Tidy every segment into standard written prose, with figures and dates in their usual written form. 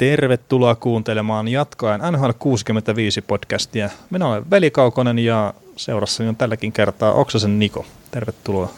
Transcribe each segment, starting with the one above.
Tervetuloa kuuntelemaan jatkoajan NHL 65 podcastia. Minä olen Veli Kaukonen ja seurassani on tälläkin kertaa Oksasen Niko. Tervetuloa.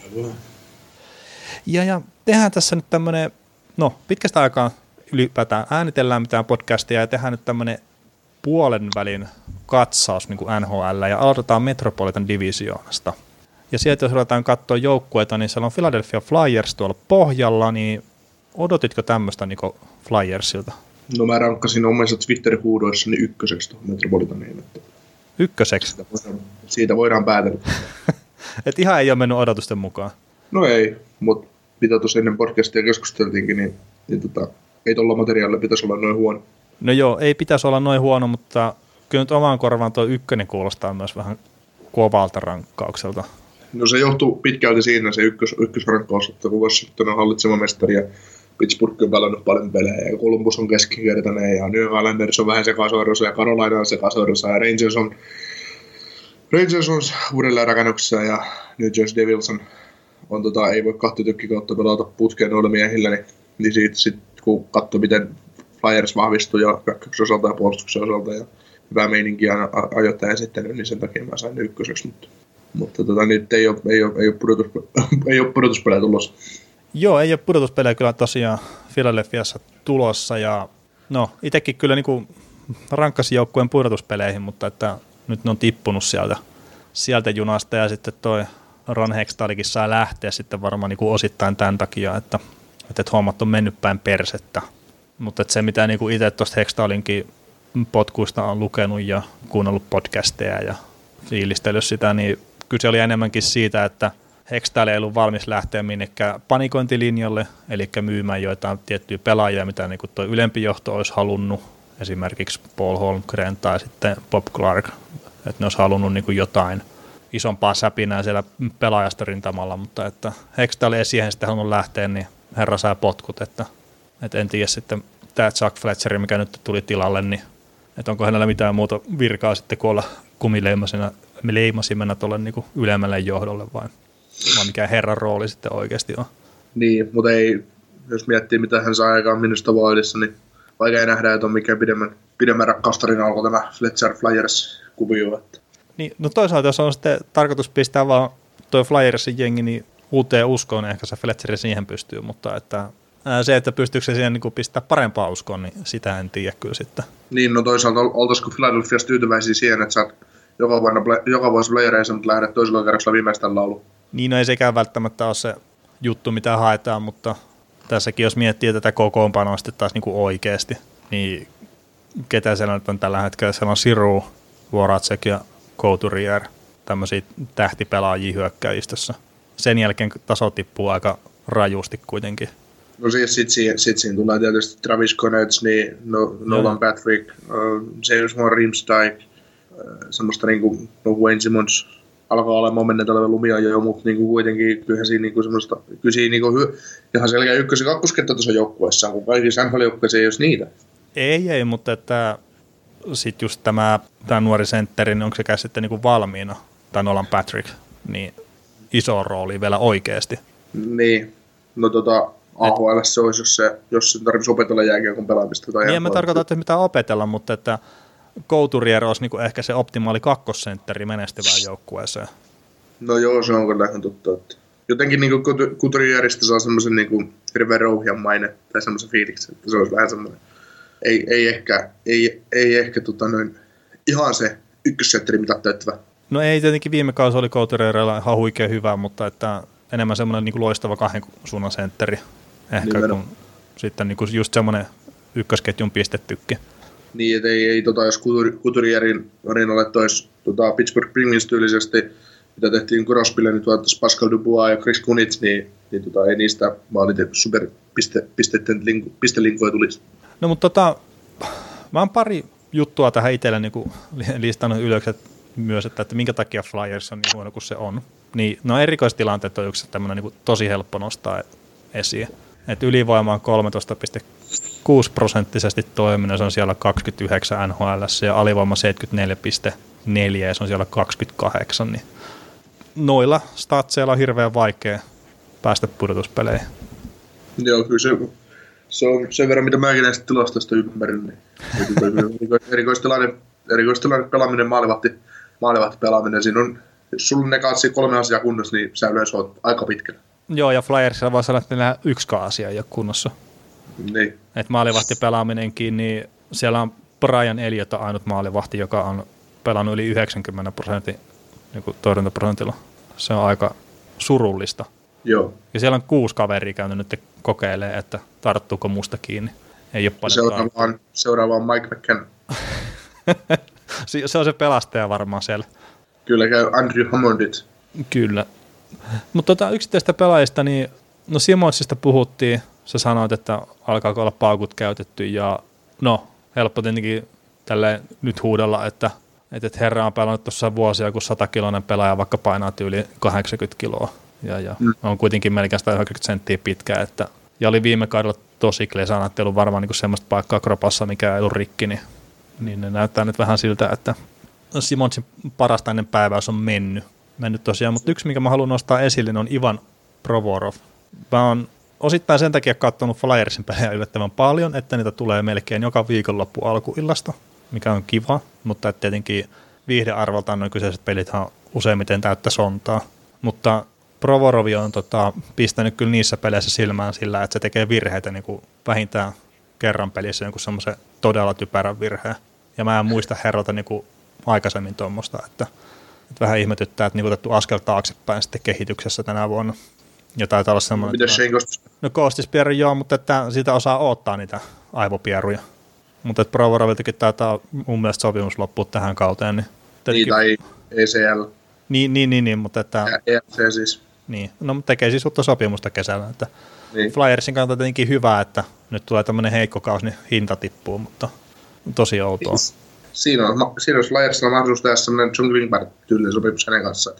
Ja tehdään tässä nyt tämmöinen, pitkästä aikaa ylipäätään äänitellään mitään podcastia ja tehdään nyt tämmöinen puolen välin katsaus niin kuin NHL ja aloitetaan Metropolitan Divisionasta. Ja sieltä jos ruvetaan katsoa joukkueita, niin siellä on Philadelphia Flyers tuolla pohjalla, niin odotitko tämmöistä niin Flyersilta? No mä rankkasin omissa Twitter-huudoissani ykköseksi tuohon Metropolitaniin. Ykköseksi? Siitä voidaan päätellä. Et ihan ei ole mennyt odotusten mukaan? No ei, mutta mitä tuossa ennen podcastia keskusteltiinkin, niin ei tuolla materiaalilla pitäisi olla noin huono. No joo, ei pitäisi olla noin huono, mutta kyllä nyt omaan korvaan tuo ykkönen kuulostaa myös vähän kovalta rankkaukselta. No se johtuu pitkälti siinä se ykkösrankkaus, että kun Washington on hallitseva mestari ja Pittsburgh on pelannut paljon pelejä ja Columbus on keskinkertainen ja New Islanders on vähän sekasoirossa ja Carolina on sekasoirossa ja Rangers on uudelleen rakennuksessa ja New Jersey Devils on ei voi kahta tykkikautta pelata putkeen noilla miehillä, niin siitä sit, kun katsoo miten Flyers vahvistui ja hyökkäyksen osalta ja puolustuksen osalta ja hyvää meininkiä ajoittain esittänyt, niin sen takia mä sain ne ykköseksi, mutta nyt ei ole pudotuspelejä tulossa. Joo, ei ole pudotuspelejä kyllä tosiaan Philadelphiassa tulossa ja itsekin kyllä niin rankkasin joukkueen pudotuspeleihin, mutta että nyt ne on tippunut sieltä junasta ja sitten toi Ron Hextalikin saa lähteä sitten varmaan niin osittain tämän takia, että hommat on mennyt päin persettä. Mutta se mitä niin itse tuosta Hextalinkin potkuista on lukenut ja kuunnellut podcasteja ja fiilistellyt sitä, niin kyse oli enemmänkin siitä, että Hextall ei ollut valmis lähteä minnekään panikointilinjalle, eli myymään joitain tiettyjä pelaajia, mitä niin tuo ylempi johto olisi halunnut, esimerkiksi Paul Holmgren tai sitten Bob Clark, että ne olisi halunnut niin jotain isompaa säpinää siellä pelaajasta rintamalla, mutta että Hextall ei siihen sitten halunnut lähteä, niin herra sai potkut, että en tiedä sitten tämä Chuck Fletcher, mikä nyt tuli tilalle, niin että onko hänellä mitään muuta virkaa sitten kuin olla kumileimasimena tuolle niin ylemmälle johdolle vai mikä herran rooli sitten oikeasti on. Niin, mutta ei, jos miettii mitä hän saa aikaan minusta Wildissa, niin vaikea nähdä, että on mikään pidemmän rakkaustarin alkoi tämä Fletcher Flyers kuvio. Niin, no toisaalta jos on sitten tarkoitus pistää vaan tuo Flyersin jengi niin uuteen uskoon, niin ehkä se Fletcher siihen pystyy, mutta että pystyykö se siihen niin pistää parempaa uskoon, niin sitä en tiedä kyllä sitten. Niin, no toisaalta oltaisiko Philadelphiassa tyytyväisiä siihen, että sä oot joka vuosi playereissa, mutta lähdet toisella kerroksella viimeistään laulu. Niin, no ei sekään välttämättä ole se juttu, mitä haetaan, mutta tässäkin jos miettii tätä kokoonpanoa sitten taas niin kuin oikeasti, niin ketä siellä nyt on tällä hetkellä, siellä on Siru, Voracek ja Couturier, tämmöisiä tähtipelaajia hyökkäjistössä. Sen jälkeen taso tippuu aika rajusti kuitenkin. No siis sit siinä tulee tietysti Travis Konecny, Nolan Patrick, James Van Riemsdyk, semmoista niinku Wayne Simmons alkaa olemaan menneen talven lumia jo, mutta niinku kuitenkin kyllähän siinä niinku semmoista, kyllä siinä niinku ihan selkeä ykkös- ja kakkoskenttä tuossa joukkueessa, kun kaikissa NHL-joukkueissa ei olisi niitä. Ei, mutta että sitten just tämä nuori sentteri, niin onko se sitten niinku valmiina, tai Nolan Patrick, niin iso rooli vielä oikeasti. Niin, no AHL se olisi, jos se tarvitsisi opetella jääkiekon pelaamista. Tai niin, mä tarkoitan, että mitään opetella, mutta että Couturier olisi niin ehkä se optimaali kakkosentteri menestyvään joukkueeseen. No joo, se on kyllä ihan totta. Että jotenkin niin Couturierista saa semmoisen niin River-Rouhian maine tai semmoisen fiiliksen, että se olisi vähän semmoinen. Ei ehkä ihan se ykkössentteri, mitä täyttävä. No ei, tietenkin viime kausi oli Couturierilla ihan huikea hyvä, mutta että enemmän semmoinen niin loistava kahden suunnan sentteri. Ehkä kun sitten niin just semmoinen ykkösketjun pistetykki. Niin, että ei jos Couturierin rinnalle toisi Pittsburgh Penguins tyylisesti, mitä tehtiin Crosbylle, niin tuottaisi Pascal Dubois ja Chris Kunitz, niin ei niistä pistelinkoja tulisi. No mutta mä oon pari juttua tähän itselle niin listannut ylös myös, että minkä takia Flyers on niin huono kuin se on. Niin, no erikoistilanteet on yksi tämmöinen niin tosi helppo nostaa esiin. Että ylivoima on 13,6% toiminut, se on siellä 29 NHL:ssä ja alivoima 74,4 ja se on siellä 28. Niin noilla statseilla on hirveän vaikea päästä pudotuspeleihin. Joo, kyllä se Se on sen verran, mitä mäkin näistä tilastoista ymmärrän. Niin erikoistilanne pelaaminen, maalivahti pelaaminen. Siinä on, jos sulla on ne kanssa 3 asiaa kunnossa, niin sä yleensä oot aika pitkällä. Joo, ja Flyersilla voi sanoa, että niillä 1 asia ei ole kunnossa. Niin. Että maalivahti pelaaminenkin, niin siellä on Brian Elliott ainut maalivahti, joka on pelannut yli 90% niin torjuntaprosentilla. Se on aika surullista. Joo. Ja siellä on 6 kaveria käynyt nyt kokeilemaan, että tarttuuko musta kiinni. Ei ole paljon seuraava on Mike McCann. Se on se pelastaja varmaan siellä. Kyllä käy Andrew Hammondit. Kyllä. Mutta yksittäistä pelaajista, niin no Simonsista puhuttiin. Sä sanoit, että alkaako olla paukut käytetty ja no helppo tietenkin tälleen nyt huudella, että herra on pelannut tuossa vuosia, kun 100-kiloinen pelaaja vaikka painaa yli 80 kiloa ja on kuitenkin melkein 190 senttiä pitkä, ja oli viime kaudella tosi klesana, että ei ollut varmaan niin semmoista paikkaa kropassa, mikä ei ollut rikki, niin ne näyttää nyt vähän siltä, että Simonsin parasta ennen päiväys on mennyt tosiaan, mutta yksi, mikä mä haluan nostaa esille, on Ivan Provorov. Mä oon osittain sen takia katsonut Flyersin pelejä yllättävän paljon, että niitä tulee melkein joka viikonloppu alkuillasta, mikä on kiva, mutta tietenkin viihdearvoltaan nuo kyseiset pelit on useimmiten täyttä sontaa. Mutta Provorovi on pistänyt kyllä niissä peleissä silmään sillä, että se tekee virheitä niin kuin vähintään kerran pelissä jonkun semmoisen todella typerän virheen. Ja mä en muista herralta niin kuin aikaisemmin tuommoista, että vähän ihmetyttää, että niin otettu askel taaksepäin sitten kehityksessä tänä vuonna. Ja taitaa olla semmoinen... Miten Shane Gostis? No Gostispierry joo, mutta että siitä osaa odottaa niitä aivopieruja. Mutta että Provoroviltakin taitaa mun mielestä sopimus loppua tähän kauteen. Niin tai ECL. Niin, mutta että... ELC siis. Niin, no tekee siis uutta sopimusta kesällä. Että niin. Flyersin kannalta tietenkin hyvä, että nyt tulee tämmöinen heikko kausi, niin hinta tippuu, mutta tosi outoa. Siinä on Flyersilla mahdollisuus tehdä semmoinen John Klingberg-tyylinen sopimus hänen kanssaan.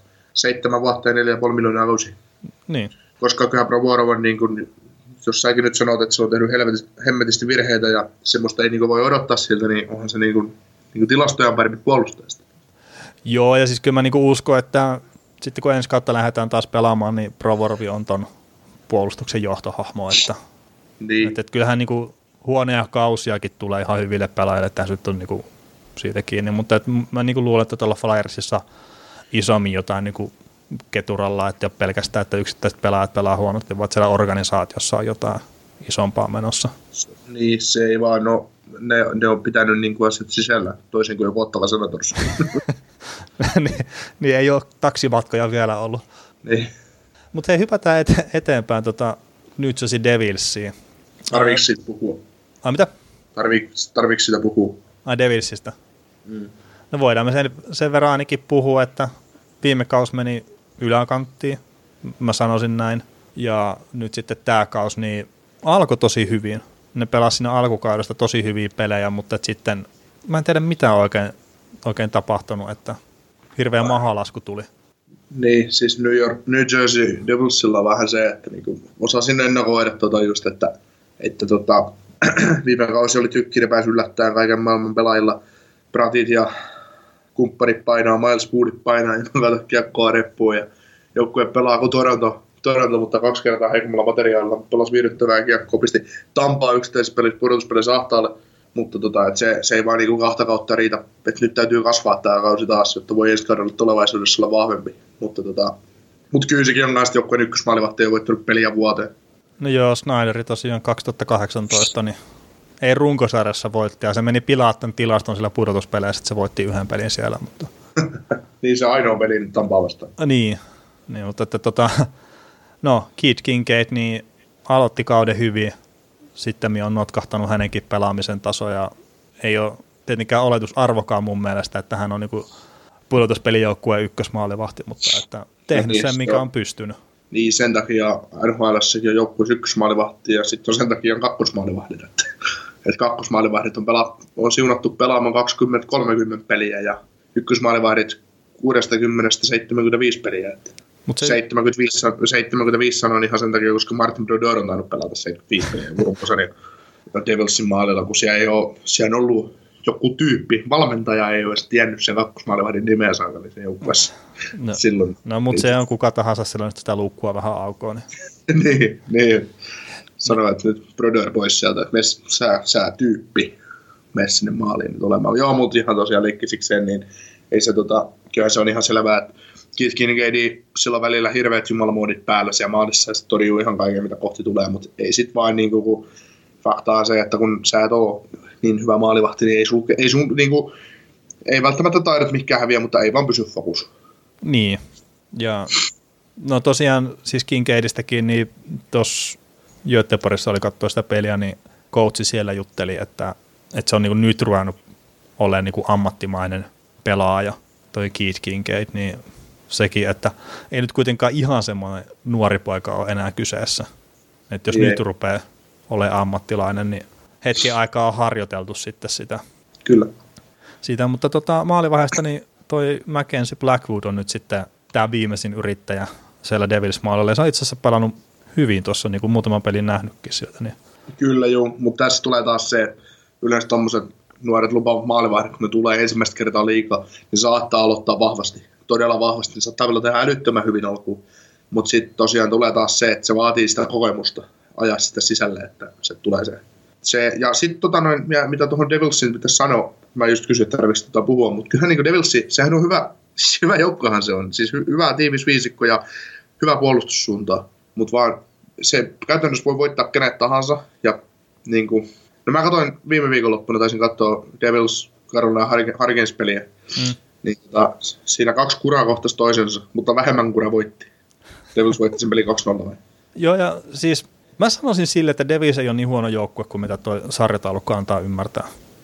7 vuotta ja 4,5 miljoonaa vuosi. Niin. Koska kyllähän Provorov on, niin kuin, jos säkin nyt sanot, että se on tehnyt hemmetisti virheitä ja semmoista ei niin kuin voi odottaa siltä, niin onhan se niin kuin tilastojan parempi puolustajasta. Joo, ja siis kyllä mä niin kuin uskon, että sitten kun ensi kautta lähdetään taas pelaamaan, niin Provorov on ton puolustuksen johtohahmo. Niin. Että kyllähän niin kuin huoneja kausiakin tulee ihan hyville pelaajille, että nyt on niin kuin siitä kiinni, mutta mä niin kuin luulen, että tuolla Flyersissa isommin jotain niin kuin keturalla, että ei ole pelkästään, että yksittäiset pelaajat pelaa huonosti, vaan siellä organisaatiossa on jotain isompaa menossa. Niin, se ei vaan ne on pitänyt niin kuin asiat sisällä, toisin kuin joku Ottava Senators. niin ei ole taksimatkoja vielä ollut. Niin. Mutta hei, hypätään eteenpäin New Jersey Devilsiin. Tarviiko siitä puhua? Ai mitä? Tarviiko sitä puhua? Ai Devilsistä? No voidaan me sen verran ainakin puhua, että viime kausi meni yläkanttiin, mä sanoisin näin, ja nyt sitten tämä kausi niin alkoi tosi hyvin. Ne pelasi siinä alkukaudesta tosi hyviä pelejä, mutta sitten mä en tiedä mitä on oikein tapahtunut, että hirveä mahalasku tuli. Niin, siis New Jersey Devilsilla on vähän se, että niinku osasin ennakoida just, että viime kausi oli tykkiri pääsi yllättäen kaiken maailman pelaajilla. Pratit ja kumppanit painaa, Miles Woodit painaa ja kato kiekkoa reppuun ja joukkue pelaa kuin Toronto, mutta 2 kertaa heikommalla materiaalilla pelasi viihdyttävää kiekkoa, pisti Tampaa yksittäisessä pelissä, pudotuspelissä ahtaalle, mutta se ei vaan niinku 2 kautta riitä, että nyt täytyy kasvaa tämä kausi taas, jotta voi ensi kaudella tulevaisuudessa olla vahvempi, mutta kyllä sekin on näistä joukkueen ykkösmaalivahti ei voittanut peliä vuoteen. No joo, Snyderi tosiaan 2018, niin ei runkosarjassa voitti, ja se meni pilaa tämän tilaston sillä pudotuspeleissä, että se voitti 1 pelin siellä. Mutta... niin se ainoa peli nyt Tampaa vastaan. Niin, mutta että no Keith Kincaid niin aloitti kauden hyvin, sitten on notkahtanut hänenkin pelaamisen taso, ja ei ole tietenkään oletusarvokaan mun mielestä, että hän on niin pudotuspelijoukkueen ykkösmaalivahti, mutta että tehnyt sen, mikä on pystynyt. Niin, sen takia NHL:ssäkin on joukkueessa ykkösmaalivahti ja sitten sen takia on kakkosmaalivahdit. Että kakkosmaalivahdit on siunattu pelaamaan 20-30 peliä ja ykkösmaalivahdit 60-75 peliä. Että 75 sanon ihan sen takia, koska Martin Brodeur on tainnut pelata 75 peliä runkosarjan Devilsin maalilla, kun siellä on ollut joku tyyppi, valmentaja ei ole edes tiennyt sen kakkosmaalivahdin nimeä saakallisen joukkueessa. No, mutta se on kuka tahansa silloin, sitä luukkua vähän aukoon. Niin. sanoi, että nyt Brodeur pois sieltä, että sä tyyppi, mene sinne maaliin nyt olemaan. Joo, mutta ihan tosiaan liikkisikseen, niin ei se kyllä se on ihan selvää, että Keith Kincaid, sillä on välillä hirveät jumalamuodit päällä siellä maalissa ja se torjuu ihan kaiken, mitä kohti tulee, mutta ei sit vaan niinku, kun faktaa se, että kun sä et ole niin hyvä maalivahti, niin ei sun niinku, ei välttämättä taidot mikään häviä, mutta ei vaan pysy fokus. Niin, ja no tosiaan siis Kincaidistäkin, niin tuossa Göteborgissa oli katsoa sitä peliä, niin coachi siellä jutteli, että se on niinku nyt ruvennut olemaan niinku ammattimainen pelaaja, toi Keith Kincaid, niin sekin, että ei nyt kuitenkaan ihan semmoinen nuori poika ole enää kyseessä. Että jos nyt rupeaa olemaan ammattilainen, niin hetken aikaa on harjoiteltu sitten sitä. Kyllä. Siitä, mutta maalivahdesta niin toi Mackenzie Blackwood on nyt sitten tämä viimeisin yrittäjä siellä Devils-maalilla. Se on itse asiassa pelannut hyvin tuossa, niin kuin muutaman pelin nähnytkin sieltä. Niin. Kyllä joo, mutta tässä tulee taas se, että yleensä tommoset nuoret lupaavat maalivahdit, kun ne tulee ensimmäistä kertaa liikaa, niin saattaa aloittaa vahvasti, todella vahvasti. Ne saattaa vielä tehdä älyttömän hyvin alkuun, mutta sitten tosiaan tulee taas se, että se vaatii sitä kokemusta ajaa sitä sisälle, että se tulee se. Ja sitten mitä tuohon Devilsiin pitäisi sanoa, mä just kysyin, että tarvitsisi puhua, mutta kyllähän niin Devilsi, sehän on hyvä joukkohan se on, siis hyvä tiivis viisikko ja hyvä puolustussuunta, mutta vaan se käytännössä voi voittaa kenet tahansa ja niin kuin, no mä katsoin viime viikonloppuna, taisin katsoa Devils Carolina Hurricanes-peliä, niin siinä 2 kuraa kohtasi toisensa, mutta vähemmän kura voitti. Devils voitti sen peli 2-0 vai? Joo, ja siis mä sanoisin sille, että Devils ei ole niin huono joukkue kuin mitä tuo sarjataulukko antaa ymmärtää.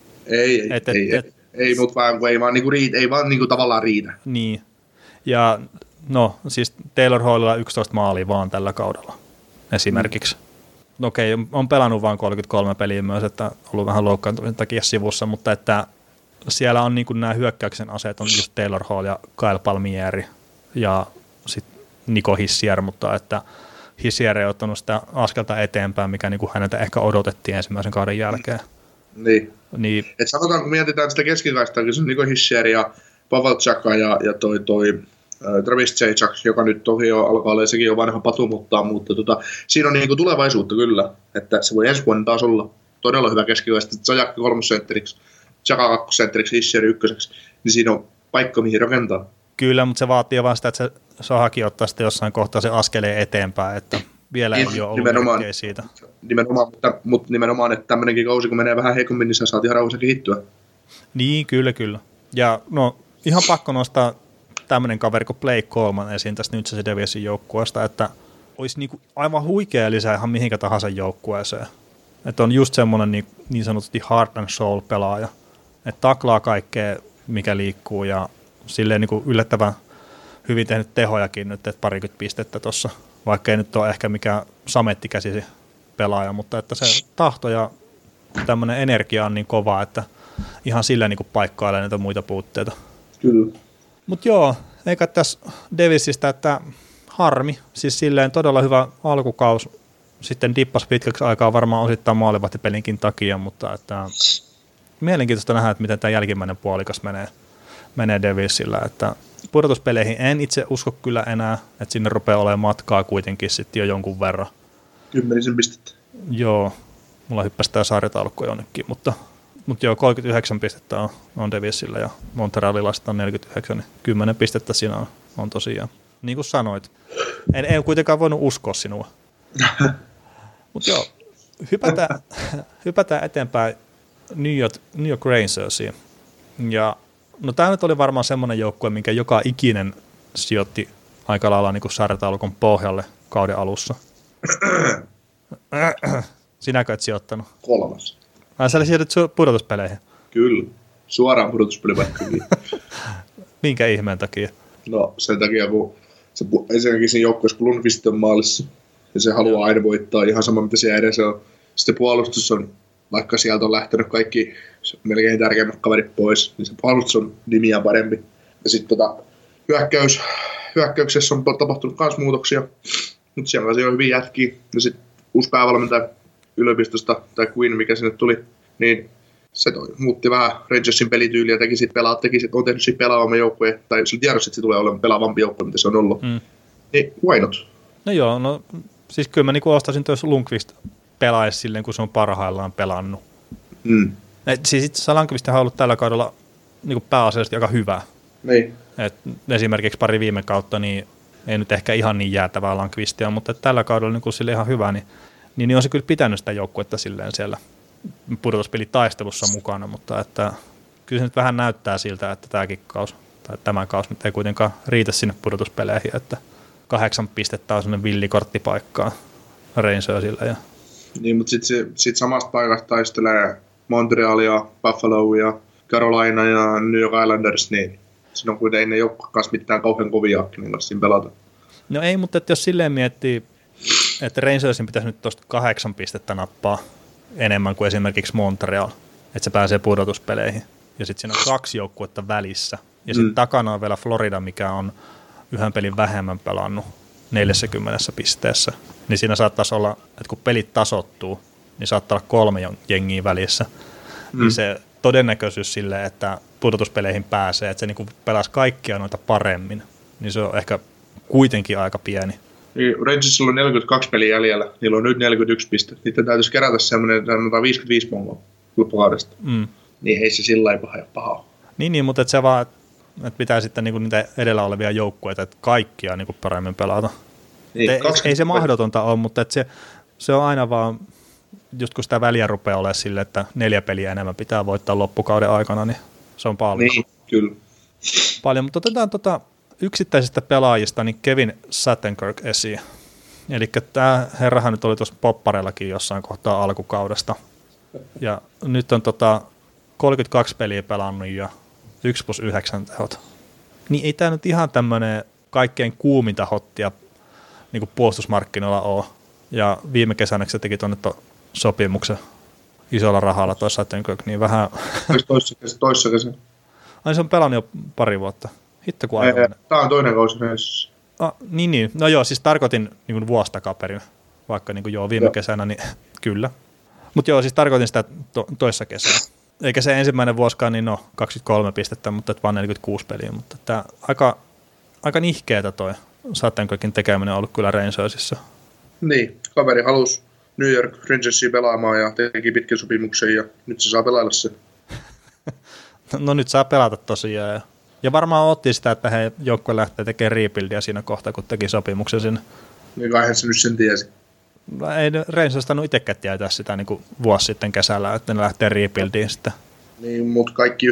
Ei, mutta ei vaan niinku riitä, ei vaan niinku tavallaan riitä. Niin, ja no siis Taylor Hallilla 11 maalia vaan tällä kaudella esimerkiksi. No okei, on pelannut vain 33 peliä myös, että on ollut vähän loukkaantumisen takia sivussa, mutta että siellä on niin kuin nämä hyökkäyksen aseet, on just Taylor Hall ja Kyle Palmieri ja sitten Nico Hischier, mutta että Hischier ei ottanut sitä askelta eteenpäin, mikä niin kuin häneltä ehkä odotettiin ensimmäisen kauden jälkeen. Niin. Et sanotaan, kun mietitään sitä keskikaistaa, kun se on Nico Hischier ja Pavel Chaka ja toi Travis Zajac, joka nyt toki alkaa olla, sekin on vanha patu, mutta siinä on niinku tulevaisuutta kyllä, että se voi ensi vuonna taas olla todella hyvä keskikaista, Zajac 3-sentteriksi, Chaka 2-sentteriksi, Hischier 1, niin siinä on paikka, mihin rakentaa. Kyllä, mutta se vaatii vaan sitä, että se Sahakin ottaa sitten jossain kohtaa se askeleen eteenpäin, että vielä ei ole ollut merkkejä siitä. Mutta nimenomaan, että tämmöinenkin kausi, kun menee vähän heikommin, niin sä saat ihan rauhassa kehittyä. Niin, kyllä. Ja no, ihan pakko nostaa tämmöinen kaveri kuin Blake Coleman esiin tästä nyt se Devilsin joukkueesta, että olisi niinku aivan huikea lisää ihan mihinkä tahansa joukkueeseen. Että on just semmoinen niin sanotusti heart and soul pelaaja, että taklaa kaikkea, mikä liikkuu ja silleen niinku yllättävän hyvin tehnyt tehojakin nyt, että 20 pistettä tuossa, vaikka ei nyt ole ehkä mikään samettikäsisi pelaaja, mutta että se tahto ja tämmöinen energia on niin kova, että ihan sillä niinku paikkailee näitä muita puutteita. Kyllä. Mutta joo, eikä tässä Devilsistä, että harmi, siis silleen todella hyvä alkukaus, sitten dippas pitkäksi aikaa varmaan osittain maalivahtipelinkin takia, mutta että mielenkiintoista nähdä, että miten tämä jälkimmäinen puolikas menee Devilsillä, että pudotuspeleihin en itse usko kyllä enää, että sinne rupeaa olemaan matkaa kuitenkin sitten jo jonkun verran. 10 pistettä. Joo, mulla hyppäsi tämä sarjataulukko jonnekin, mutta joo, 39 pistettä on Devilsillä ja Montrealilla sitten on 49, niin 10 pistettä siinä on tosiaan. Niin kuin sanoit, en kuitenkaan voinut uskoa sinua. Mutta joo, hypätään eteenpäin New York Rangersiin. Ja no tämä nyt oli varmaan semmoinen joukkue, minkä joka ikinen sijoitti aika lailla niin kuin sarjataulukon pohjalle kauden alussa. Sinäkö et sijoittanut? 3. Sä sijoitit pudotuspeleihin? Kyllä, suoraan pudotuspelipaikkoihin. Minkä ihmeen takia? No sen takia, kun ensinnäkin siinä joukkueessa, kun Lundqvist on maalissa, ja se haluaa aina voittaa ihan sama, mitä siellä edessä on. Sitten puolustus on, vaikka sieltä on lähtenyt kaikki melkein tärkeimmät kaverit pois, niin se puolustus on nimiä parempi. Ja sitten hyökkäyksessä on tapahtunut myös muutoksia, mutta siellä on hyvin jätkiä. Ja sitten uusi päävalmentaja yliopistosta, tai Quinn, mikä sinne tuli, niin se muutti vähän Rangersin pelityyliä, on tehnyt siitä pelaavamman joukkueen, tai sillä tiedossa, että se tulee olemaan pelaavampi joukkue, mitä se on ollut. Niin why not? No joo, no siis kyllä mä niin ostaisin, jos Lundqvist pelaisi silleen, kun se on parhaillaan pelannut. Siis itse asiassa Lankvist on ollut tällä kaudella niin pääasiallisesti aika hyvä. Niin. Et esimerkiksi pari viime kautta, niin ei nyt ehkä ihan niin jäätävää Lankvistia, mutta tällä kaudella niin sille ihan hyvä, niin on se kyllä pitänyt sitä joukkuetta silleen siellä pudotuspelitaistelussa mukana, mutta että kyllä se nyt vähän näyttää siltä, että tämäkin kausi, tai tämä kausi nyt ei kuitenkaan riitä sinne pudotuspeleihin, että 8 pistettä on sellainen villikorttipaikkaa Rangersille. Niin, mutta sitten samasta paikasta taistelee Montrealia, Buffalo ja Carolina ja New York Islanders, niin siinä on kuitenkin ne joukkojen kanssa mitään kauhean kovia niin kanssa siinä pelata. No ei, mutta jos silleen miettii, että Rangersin pitäisi nyt tuosta 8 pistettä nappaa enemmän kuin esimerkiksi Montreal, että se pääsee pudotuspeleihin. Ja sitten siinä on 2 joukkuetta välissä. Ja sitten takana on vielä Florida, mikä on yhden pelin vähemmän pelannut 40 pisteessä. Niin siinä saattaisi olla, että kun pelit tasoittuu, niin saattaa olla 3 jengiä välissä. Niin se todennäköisyys sille, että pudotuspeleihin pääsee, että se niin pelasi kaikkia noita paremmin, niin se on ehkä kuitenkin aika pieni. Niin, Rangersilla on 42 peliä jäljellä, niillä on nyt 41 pistettä. Niiden täytyisi kerätä semmoinen 55 mongoa loppukaudesta. Niin ei se sillä lailla paha. Niin, mutta se vaan, että pitää sitten niinku niitä edellä olevia joukkueita, että kaikkia niinku paremmin pelata. Niin, ei se mahdotonta ole, mutta että se on aina vaan, just kun sitä väliä rupeaa olemaan sille, että 4 peliä enemmän pitää voittaa loppukauden aikana, niin se on paljon. Niin, kyllä. Paljon, mutta otetaan yksittäisistä pelaajista niin Kevin Shattenkirk esiin. Eli tämä herrahan nyt oli tuossa poppareillakin jossain kohtaa alkukaudesta. Ja nyt on 32 peliä pelannut ja 1+9 tehot. Niin ei tämä nyt ihan tämmöinen kaikkein kuuminta hottia niin kuin puolustusmarkkinoilla ole. Ja viime kesänä se teki tuonne sopimuksen isolla rahalla toi Shattenkirk, niin vähän... Toissa kesänä. Ai se on pelannut jo pari vuotta. Hitto kun aivan. Tämä on toinen kausi. Niin. No joo, siis tarkoitin niin vuosi takaperin, vaikka niin viime kesänä, niin kyllä. Mutta joo, siis tarkoitin sitä toissa kesänä. Eikä se ensimmäinen vuosikaan, niin 23 pistettä, mutta vaan 46 peliä. Mutta tämä aika nihkeetä toi Shattenkirkin tekeminen on ollut kyllä Rangersissa. Niin, kaveri halusi New York Rangersia pelaamaan ja teki pitkän sopimuksen ja nyt se saa pelailla sen. No nyt saa pelata tosiaan. Ja varmaan otti sitä, että he joukkue lähtee tekemään rebuildia siinä kohtaa, kun teki sopimuksen sinne. Niin kaihan se nyt sen tiesi. Ei Rangers tainnut itsekään tietää sitä niin kuin vuosi sitten kesällä, että ne lähtee rebuildiin sitten. Niin, mutta kaikki 95%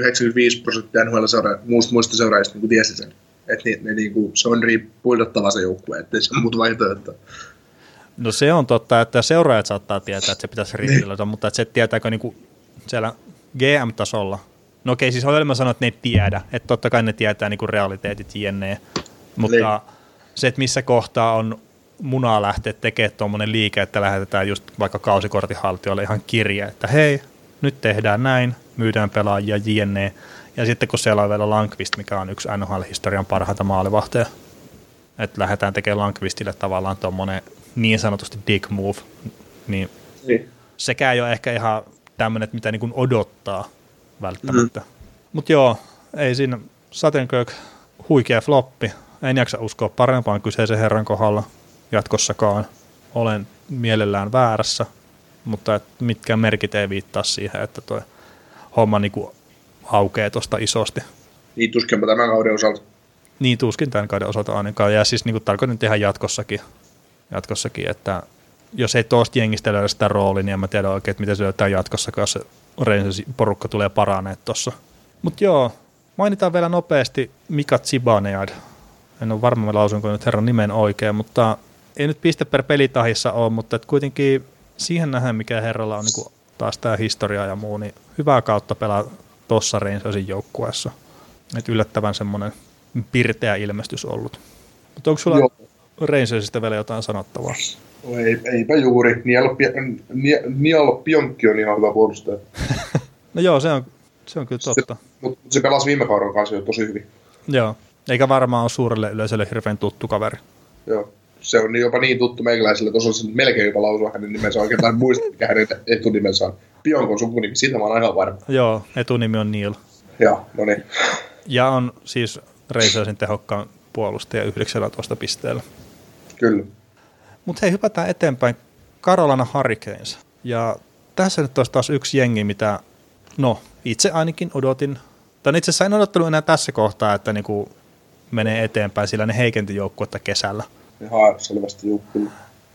muista seuraajista niin tiesi sen. Että se on rebuildattava se joukkue, ettei se ole muuta vaihtoehtoa. No se on totta, että seuraajat saattaa tietää, että se pitäisi rebuildata, mutta että se tietääkö niin kuin siellä GM-tasolla. No okei, siis olen sanonut, että ne ei tiedä, että totta kai ne tietää niin kuin realiteetit jne. Mutta se, että missä kohtaa on munaa lähteä tekemään tuommoinen liike, että lähetetään just vaikka kausikortinhaltijoille ihan kirje, että hei, nyt tehdään näin, myydään pelaajia jne. Ja sitten kun siellä on vielä Lankvist, mikä on yksi NHL-historian parhaita maalivahteja, että lähdetään tekemään Lankvistille tavallaan tuommoinen niin sanotusti dick move, niin sekään ei ole ehkä ihan tämmöinen, mitä niin kuin odottaa välttämättä. Mutta joo, ei siinä Shattenkirk huikea floppi. En jaksa uskoa parempaan kyseisen herran kohdalla jatkossakaan. Olen mielellään väärässä, mutta mitkään merkit ei viittaa siihen, että toi homma niinku aukeaa tuosta isosti. Niin tuskinpa tämän kauden osalta. Niin tuskin tämän kauden osalta ainakaan. Ja siis niinku tarkoitan tehdä jatkossakin, että jos ei tuosta jengistä löydä sitä roolia, niin en mä tiedä oikein, että miten se löytää jatkossakaan, jos se Rangers-porukka tulee paraneet tuossa. Mutta joo, mainitaan vielä nopeasti Mika Zibanejad. En ole varma, lausunko nyt herran nimen oikein, mutta ei nyt piste per pelitahissa ole, mutta et kuitenkin siihen nähdään, mikä herralla on niin taas tämä historia ja muu, niin hyvää kautta pelaa tuossa Rangersin joukkueessa. Et yllättävän semmoinen pirteä ilmestys ollut. Mutta onko sulla Rangersista vielä jotain sanottavaa? Eipä juuri. Nialo Pionkki on ihan hyvä puolustaja. No joo, se on kyllä totta. Mutta se pelasi viime kauden kanssa jo tosi hyvin. Joo, eikä varmaan ole suurelle yleisölle hirveän tuttu kaveri. Joo, se on jopa niin tuttu meikäläiselle, että osaisin melkein jopa lausua hänen nimensä oikein, tai muista, mikä hänen etunimensä on. Pionkon sukunimi, siitä mä oon ihan varma. Joo, etunimi on Neil. Joo, no niin. Ja on siis Rangersin tehokkaan puolustaja 19 pisteellä. Kyllä. Mutta hei, hypätään eteenpäin Carolina Hurricanes. Ja tässä nyt olisi taas yksi jengi, mitä itse ainakin odotin. Tai itse asiassa en odottanut enää tässä kohtaa, että niinku menee eteenpäin, sillä ne heikenti joukkuetta kesällä. Ihan selvästi joukkueella.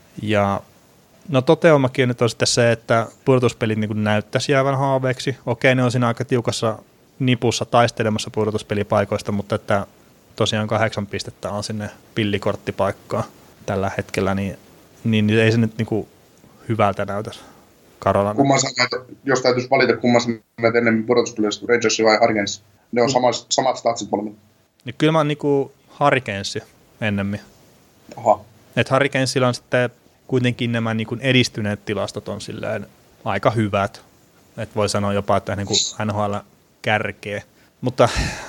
Ja toteumakin nyt on sitten se, että pudotuspelit niinku näyttäisi jäävän haaveeksi. Okei, ne on siinä aika tiukassa nipussa taistelemassa pudotuspelipaikoista, mutta että tosiaan 8 pistettä on sinne pillikorttipaikkaa tällä hetkellä, niin ei se nyt niinku hyvältä näytä Carolina. Jos täytyisi valita, kumman sä menet enemmän pudotuspelistä, Rangers vai Hurricanes? Ne on samat statsit molemmat. Niin kyllä mä oon niinku Hurricanes ennemmin. Aha. Että Hurricanesilla on sitten kuitenkin nämä niinku edistyneet tilastot on silleen aika hyvät. Että voi sanoa jopa, että niinku NHL kärkee. Mutta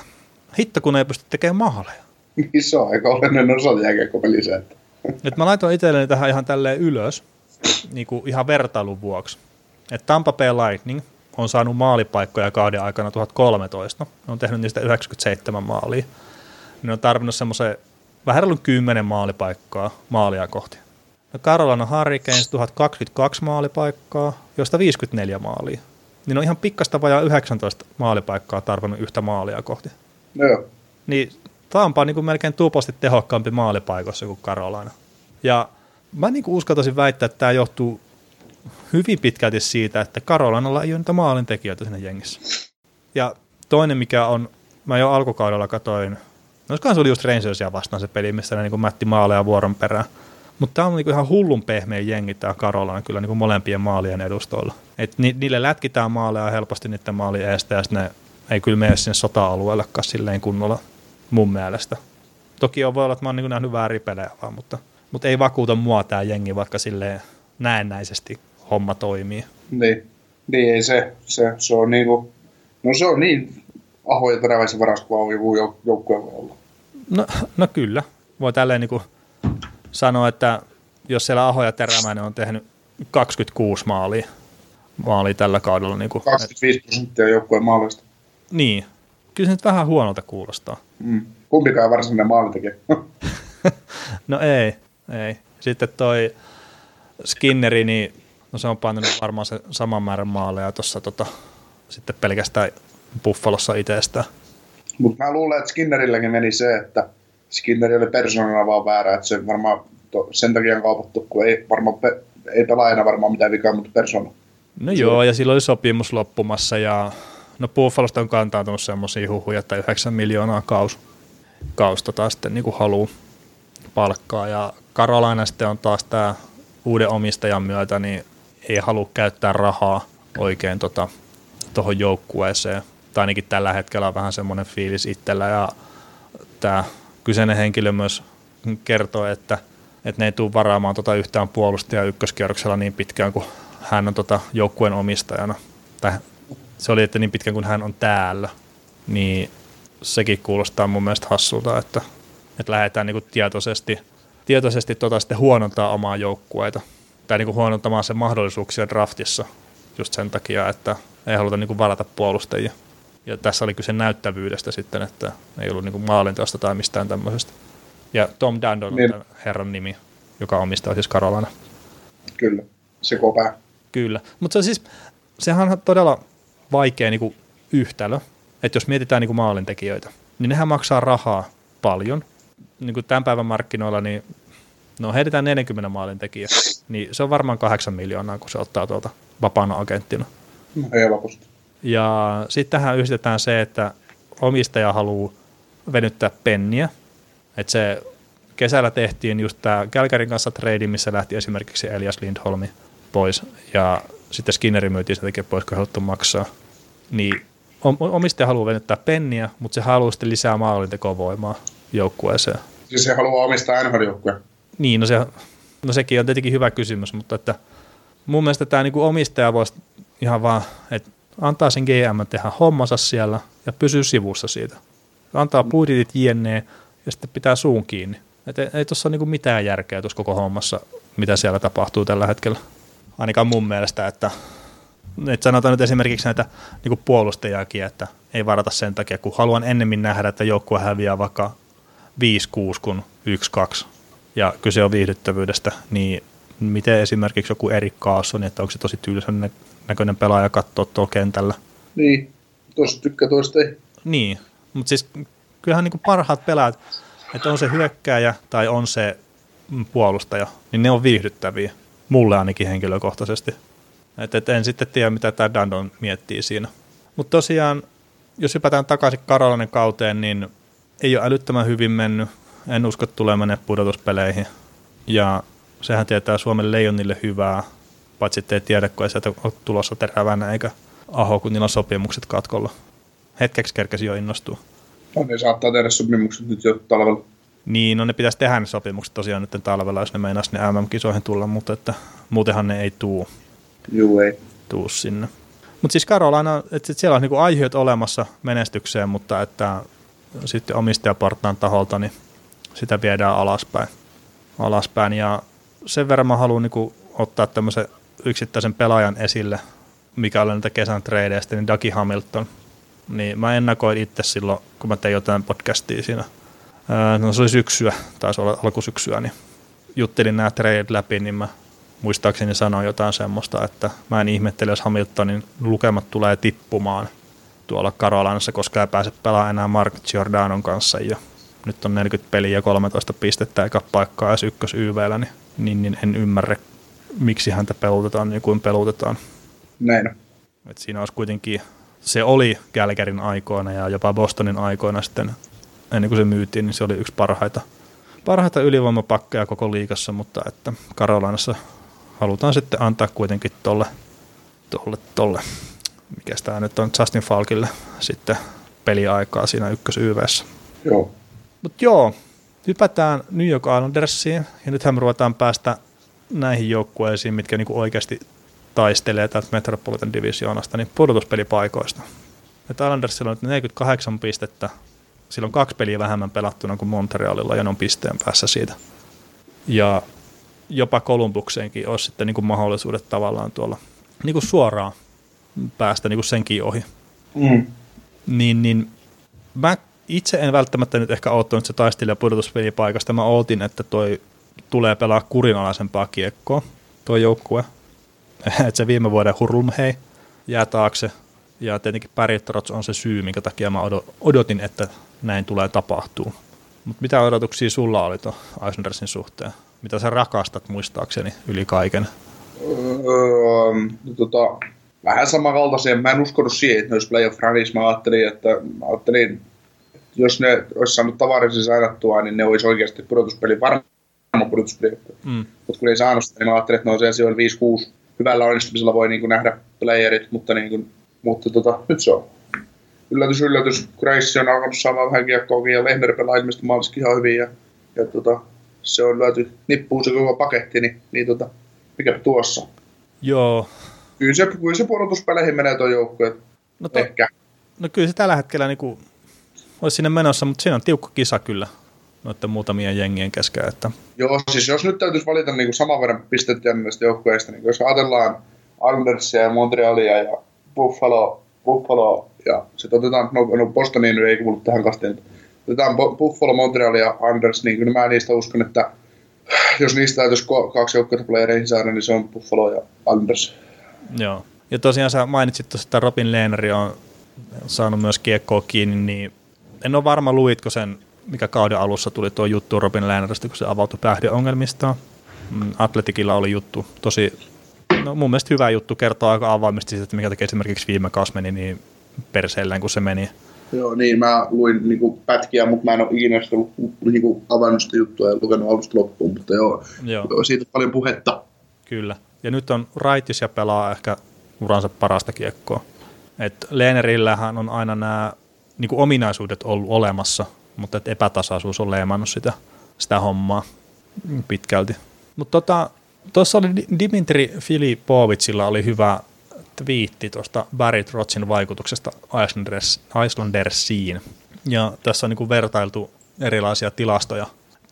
hitto, kun ei pysty tekemään maaleja. Niin se on aika olennainen osa jääkiekkopelissä. Että mä laitoin itselleni tähän ihan tälleen ylös, niinku ihan vertailun vuoksi. Että Tampa Bay Lightning on saanut maalipaikkoja kauden aikana 1013. Ne on tehnyt niistä 97 maalia. Ne on tarvinnut semmoisen vähän ollut 10 maalipaikkaa maalia kohti. No Carolina Hurricanes 1022 maalipaikkaa, josta 54 maalia. Niin on ihan pikkasta vajaa 19 maalipaikkaa tarvinnut yhtä maalia kohti. No joo. Niin Tampa on niin kuin melkein tuplasti tehokkaampi maalipaikossa kuin Carolina. Ja mä niin kuin uskaltaisin väittää, että tämä johtuu hyvin pitkälti siitä, että Carolinalla ei ole niitä maalintekijöitä siinä jengissä. Ja toinen, mikä on, mä jo alkukaudella katoin, olisikohan se oli just Rangersia vastaan se peli, missä ne niin kuin mätti maaleja vuoron perään. Mutta tämä on niin kuin ihan hullun pehmeä jengi, tämä Carolina kyllä niin kuin molempien maalien edustoilla. Et niille lätkitään maaleja helposti niiden maalien eestä, ja ne ei kyllä mene sinne sota-alueellekaan silleen kunnolla mun mielestä. Toki voi olla, että mä oon niin kuin nähnyt väärin pelejä vaan, mutta ei vakuuta mua tämä jengi, vaikka silleen näennäisesti homma toimii. Niin ei se on niinku, no se on niin Aho ja Teräväisen varas, kuin joku joukkue voi olla. No kyllä. Voi tälleen niinku sanoa, että jos siellä Aho ja Teräväinen on tehnyt 26 maalia tällä kaudella. Niinku, 25% joukkueen maalista. Niin. Kyllä se nyt vähän huonolta kuulostaa. Kumpikaan varsinainen maalintekijä. No ei. Sitten toi Skinneri, niin se on painanut varmaan se saman määrän maaleja tuossa sitten pelkästään Buffalossa itsestään. Mutta mä luulen, että Skinnerilläkin meni se, että Skinneri oli persoonana vaan väärä, että se varmaan sen takia on kaupattu, kun ei pelaajana varmaan mitään vikaa, mutta persoona. No joo, ja silloin oli sopimus loppumassa, ja Buffalosta on kantautunut semmoisia huhuja, että 9 miljoonaa kausta taas sitten niin kuin haluaa palkkaa, ja Carolina sitten on taas tämä uuden omistajan myötä, niin ei halua käyttää rahaa oikein tuohon joukkueeseen. Tai ainakin tällä hetkellä on vähän semmoinen fiilis itsellä, ja tämä kyseinen henkilö myös kertoo, että ne ei tule varaamaan yhtään puolustajaa ykköskierroksella niin pitkään kuin hän on joukkueen omistajana. Tai se oli, että niin pitkään kuin hän on täällä, niin sekin kuulostaa mun mielestä hassulta, että lähdetään niinku tietoisesti sitten huonontaa omaa joukkueita. Tai niinku huonontamaan sen mahdollisuuksia draftissa just sen takia, että ei haluta niinku varata puolustajia. Ja tässä oli kyse näyttävyydestä sitten, että ei ollut niinku maalinteosta tai mistään tämmöisestä. Ja Tom Dundon on tämän herran nimi, joka omistaa siis Carolina. Kyllä, se kopää. Kyllä, mutta sehän on todella vaikea niinku yhtälö, että jos mietitään niinku maalintekijöitä, niin nehän maksaa rahaa paljon. Niin kuin tämän päivän markkinoilla, niin heitetään 40 maalintekijä, niin se on varmaan 8 miljoonaa, kun se ottaa tuolta vapaana agenttina. Helposti. Ja sitten tähän yhdistetään se, että omistaja haluaa venyttää penniä. Että se kesällä tehtiin just tämä Calgaryn kanssa trade, missä lähti esimerkiksi Elias Lindholmi pois, ja sitten Skinneri myytiin sen takia pois, kun haluttu maksaa. Niin omistaja haluaa venyttää penniä, mutta se haluaa sitten lisää maalintekovoimaa joukkueeseen. Siis se haluaa omistaa NHL-joukkueen? Niin, no sekin on tietenkin hyvä kysymys, mutta että mun mielestä tämä niinku omistaja voisi ihan vaan, että antaa sen GM tehdä hommansa siellä ja pysyy sivussa siitä. Antaa budjetit jne ja sitten pitää suun kiinni. Ei tuossa ole niinku mitään järkeä tuossa koko hommassa, mitä siellä tapahtuu tällä hetkellä. Ainakaan mun mielestä, että sanotaan nyt esimerkiksi näitä niinku puolustajiakin, että ei varata sen takia, kun haluan ennemmin nähdä, että joukkue häviää vaikka 5-6 kuin 1-2, ja kyse on viihdyttävyydestä, niin miten esimerkiksi joku Erik Karlsson, että onko se tosi tylsän näköinen pelaaja katsoa tuolla kentällä. Niin, toista tykkää, toista ei. Niin, mutta siis kyllähän niin kuin parhaat pelaajat, että on se hyökkääjä tai on se puolustaja, niin ne on viihdyttäviä, mulle ainakin henkilökohtaisesti. Että en sitten tiedä, mitä tämä Dandon miettii siinä. Mutta tosiaan, jos hypätään takaisin Carolainen kauteen, niin ei ole älyttömän hyvin mennyt. En usko, että tulee mennä pudotuspeleihin. Ja sehän tietää Suomen Leijonille hyvää, paitsi ettei tiedä, kun ei sieltä ole tulossa terävänä, eikä Aho, kun niillä on sopimukset katkolla. Hetkeksi kerkesi jo innostua. No, ne saattaa tehdä sopimukset nyt jo talvella. Niin, no ne pitäisi tehdä ne sopimukset tosiaan nyt talvella, jos ne meinasi ne MM-kisoihin tulla, mutta että muutenhan ne ei tuu sinne. Mutta siis Carolina, että siellä on niinku aiheet olemassa menestykseen, mutta että sitten omistajaportaan taholta niin sitä viedään alaspäin. Ja sen verran mä haluan niinku ottaa tämmöisen yksittäisen pelaajan esille, mikä oli näitä kesän treideistä, niin Dougie Hamilton. Niin mä ennakoin itse silloin, kun mä tein jotain podcastia siinä. No se oli syksyä, taisi olla alkusyksyä, niin juttelin nämä trade läpi, niin mä muistaakseni sanoin jotain semmoista, että mä en ihmettele, jos Hamiltonin lukemat tulee tippumaan tuolla Carolinassa, koska ei pääse pelaamaan enää Mark Giordanon kanssa, ja nyt on 40 peliä ja 13 pistettä eikä paikkaa edes ykkös-YV:llä, niin en ymmärrä, miksi häntä pelutetaan niin kuin pelutetaan. Näin. Et siinä olisi kuitenkin, se oli Calgaryn aikoina ja jopa Bostonin aikoina sitten, ennen kuin se myytiin, niin se oli yksi parhaita ylivoimapakkeja koko liigassa, mutta että Carolinassa halutaan sitten antaa kuitenkin tolle. Mikäs tämä nyt on, Justin Falkille sitten peliaikaa siinä ykkös-YV:ssä. Joo. Mutta joo, hypätään New York Islandersiin, ja nythän me ruvetaan päästä näihin joukkueisiin, mitkä niinku oikeasti taistelee täältä Metropolitan Divisioonasta, niin pudotuspelipaikoista. Että Islandersilla on nyt 48 pistettä, sillä on 2 peliä vähemmän pelattuna kuin Montrealilla, ja ne on pisteen päässä siitä. Ja jopa Columbukseenkin olisi sitten niinku mahdollisuudet tavallaan tuolla niinku suoraan päästä niinku senkin ohi. Niin mä itse en välttämättä nyt ehkä oottanut se taistelija pudotuspelipaikasta. Mä ootin, että toi tulee pelaa kurinalaisempaa kiekkoa, toi joukkue. Että se viime vuoden Hurlumhei jää taakse. Ja tietenkin Barry Trotz on se syy, minkä takia mä odotin, että näin tulee tapahtuu. Mutta mitä odotuksia sulla oli tuon Islandersin suhteen? Mitä sä rakastat muistaakseni yli kaiken? Vähän samankaltaisia. Mä en uskonut siihen, että ne olisi playoff-runissa. Mä ajattelin, että jos ne olisi saanut Tavaresin sainattua, niin ne olisi oikeasti varma pudotuspeli. Mutta kun ei saanut sitä, niin mä ajattelin, että ne on siellä sijoilla 5-6. Hyvällä onnistumisella voi niin kuin nähdä playerit, mutta nyt se on. Yllätys. Grace on alkanut saamaan vähän kiekkoakin ja Lehner pelaa ilmeisesti maaliskin ihan hyvin. Ja se on lyöty nippuun se koko paketti, niin mikä tuossa. Joo. Kyllä se pudotuspeleihin menee tuo joukkue. Ehkä. No kyllä se tällä hetkellä niinku olisi sinne menossa, mutta siinä on tiukka kisa kyllä noiden muutamien jengien kesken. Että. Joo, siis jos nyt täytyisi valita niin saman verran pistettä näistä joukkueista, niin jos ajatellaan Islandersia ja Montrealia ja Buffalo ja sitten otetaan, no Bostoniin nyt ei kuulu tähän kastiin, otetaan Buffalo, Montreal ja Islanders, niin kyllä mä niistä uskon, että jos niistä täytyisi 2 joukkueita playereihin saada, niin se on Buffalo ja Islanders. Joo, ja tosiaan sä mainitsit tuossa, että Robin Lehneri on saanut myös kiekkoa kiinni, niin en ole varma, luitko sen, mikä kauden alussa tuli tuo juttu Robin Lehneristä, kun se avautui päihdeongelmista. Atletikilla oli juttu, tosi, no mun mielestä hyvä juttu, kertoo aika avoimesti siitä, että mikä takia esimerkiksi viime kausi meni niin perseelleen, kun se meni. Joo, niin mä luin niinku pätkiä, mutta mä en ole ikinä niinku avannut sitä juttua ja lukenut alusta loppuun, mutta joo. Siitä on paljon puhetta. Kyllä, ja nyt on raitis ja pelaa ehkä uransa parasta kiekkoa. Et Lehnerillähän on aina nämä niinku ominaisuudet ollut olemassa, mutta et epätasaisuus on leimannut sitä hommaa pitkälti. Mutta tuossa oli Dimitri Filipovicilla oli hyvä twiitti tuosta Barry Trotzin vaikutuksesta Islandersiin. Ja tässä on niinku vertailtu erilaisia tilastoja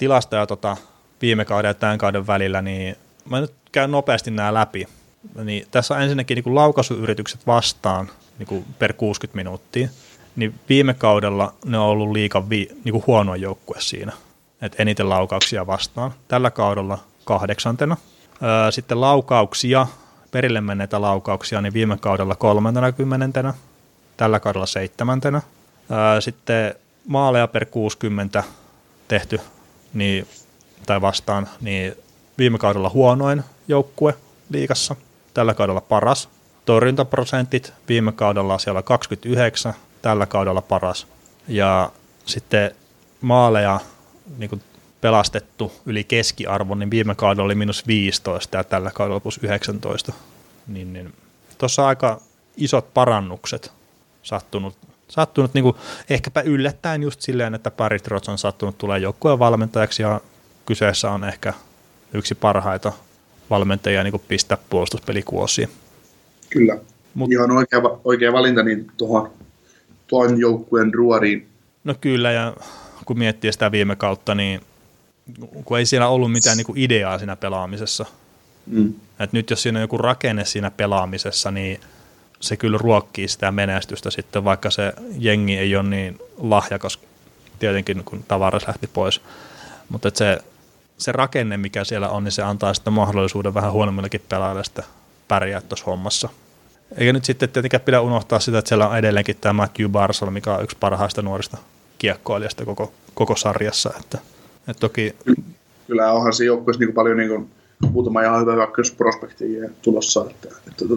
viime kauden ja tämän kauden välillä, niin mä nyt käyn nopeasti nämä läpi. Niin tässä on ensinnäkin niinku laukaisuyritykset vastaan niinku per 60 minuuttia. Niin viime kaudella ne on ollut liigan niinku huono joukkue siinä, että eniten laukauksia vastaan. Tällä kaudella 8. Sitten laukauksia, perille menneitä laukauksia, niin viime kaudella 30, tällä kaudella 7. Sitten maaleja per 60 tehty niin, tai vastaan, niin viime kaudella huonoin joukkue liigassa, tällä kaudella paras. Torjuntaprosentit viime kaudella siellä 29, tällä kaudella paras. Ja sitten maaleja niin kuin pelastettu yli keskiarvon, niin viime kaudella oli -15 ja tällä kaudella +19. Niin. Tuossa aika isot parannukset sattunut niin kuin ehkäpä yllättäen just silleen, että Barry Trotz on sattunut tulee joukkueen valmentajaksi ja kyseessä on ehkä yksi parhaita valmentajia niin kuin pistää puolustuspelikuosiin. Kyllä. Ihan oikea valinta niin tuon joukkueen ruoriin. No kyllä, ja kun miettii sitä viime kautta, niin kun ei siellä ollut mitään niin kuin ideaa siinä pelaamisessa. Et nyt jos siinä on joku rakenne siinä pelaamisessa, niin se kyllä ruokkii sitä menestystä sitten, vaikka se jengi ei ole niin lahjakas tietenkin, kun Tavares lähti pois. Mutta se rakenne, mikä siellä on, niin se antaa sitten mahdollisuuden vähän huonommillakin pelaajille sitä pärjää tuossa hommassa. Eikä nyt sitten tietenkään pidä unohtaa sitä, että siellä on edelleenkin tämä Matthew Barzal, mikä on yksi parhaista nuorista kiekkoilijasta koko sarjassa. Että toki... Kyllä onhan siinä joukkueessa niin paljon niin muutama ihan hyvä hyökkäysprospektia tulossa, että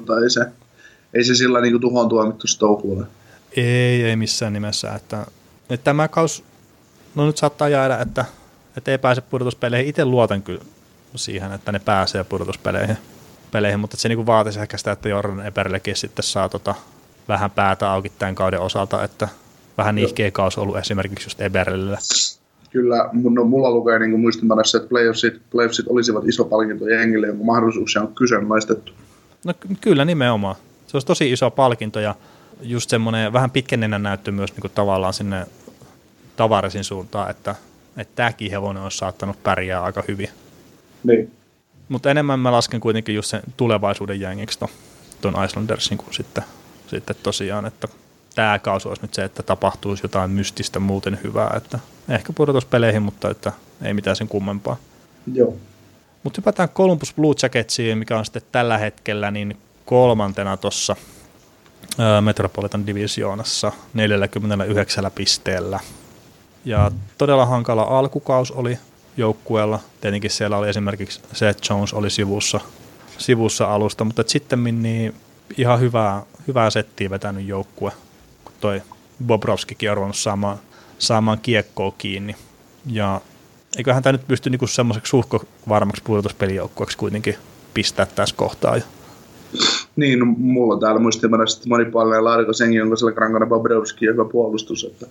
ei se sillä niin tuhoon tuomittu touhulle. Ei missään nimessä. Että tämä kaus, no nyt saattaa jäädä, että ei pääse pudotuspeleihin. Itse luotan kyllä siihen, että ne pääsee pudotuspeleihin, mutta se niin vaatisi ehkä sitä, että Jordan Eberlekin sitten saa vähän päätä auki tämän kauden osalta, että vähän nihkeä kausi ollut esimerkiksi just Eberlelle. Kyllä, mulla lukee niin muistimanassa, että playoffsit olisivat iso palkinto jengille, jonka mahdollisuuksia on kyseenalaistettu. No kyllä nimenomaan. Se olisi tosi iso palkinto ja just semmoinen vähän pitkennenä näyttö myös niin kuin tavallaan sinne Tavaresin suuntaan, että tämäkin hevonen olisi saattanut pärjää aika hyvin. Niin. Mutta enemmän mä lasken kuitenkin just sen tulevaisuuden jengiksi tuon Islandersin kuin sitten tosiaan, että tämä kausi olisi nyt se, että tapahtuisi jotain mystistä muuten hyvää, että ehkä pudotuspeleihin, mutta että ei mitään sen kummempaa. Joo. Mutta hypätään Columbus Blue Jacketsiin, mikä on sitten tällä hetkellä niin 3. tuossa Metropolitan Divisionassa 49 pisteellä. Ja todella hankala alkukaus oli joukkueella. Tietenkin siellä oli esimerkiksi Seth Jones oli sivussa alusta, mutta sitten niin ihan hyvää settiä vetänyt joukkue, kun toi Bobrovskikin on ruvennut saamaan kiekkoa kiinni. Ja eiköhän tämä nyt pysty niinku semmoiseksi suhko varmaksi pudotuspelijoukkueeksi kuitenkin pistää tässä kohtaa. Niin, no, mulla on täällä muistimääräisesti monipuolinen laarikas jengi, jonka siellä Grankana Bobrovski ja hyvä puolustus, että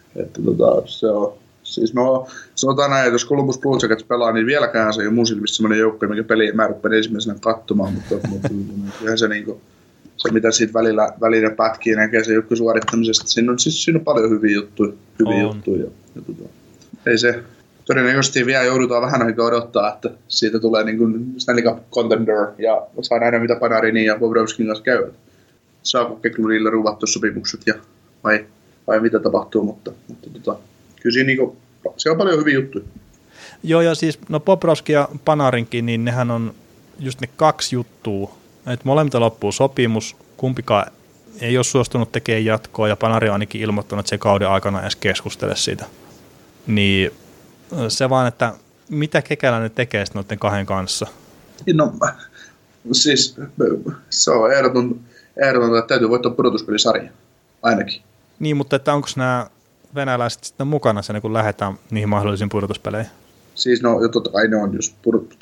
se on. Siis sanotaan näin, että jos Columbus Blue Jackets pelaa, niin vieläkään se ei ole mun silmissä sellainen joukko, mikä peli mä rupean ensimmäisenä katsomaan, mutta kyllähän se, niin kuin, se mitä siitä välillä pätkii näkee se joukko suorittamisesta, siinä on paljon hyviä juttuja. Ei se, todennäköisesti vielä joudutaan vähän aikaa odottaa, että siitä tulee niin kuin Stanley Cup contender ja saa nähdä mitä Panarin ja Bobrovskin kanssa käyvät. Saako Keklunille ruuvattu sopimukset vai mitä tapahtuu, mutta kyllä siinä niinku, se on paljon hyviä juttuja. Joo, ja siis Bobrovski ja Panarinkin, niin nehän on just ne 2 juttua, että molemmilta loppuu sopimus, kumpikaan ei ole suostunut tekemään jatkoa, ja Panarin on ainakin ilmoittanut, että se kauden aikana edes keskustele siitä. Niin se vaan, että mitä Kekäläinen tekee sitten noiden 2 kanssa? No, siis se on ehdoton, että täytyy voittaa pudotuspelisarja, ainakin. Niin, mutta että onko nämä venäläiset sitten mukana sen, kun lähdetään niihin mahdollisiin pudotuspeleihin? Siis no, ja totta kai ne on, jos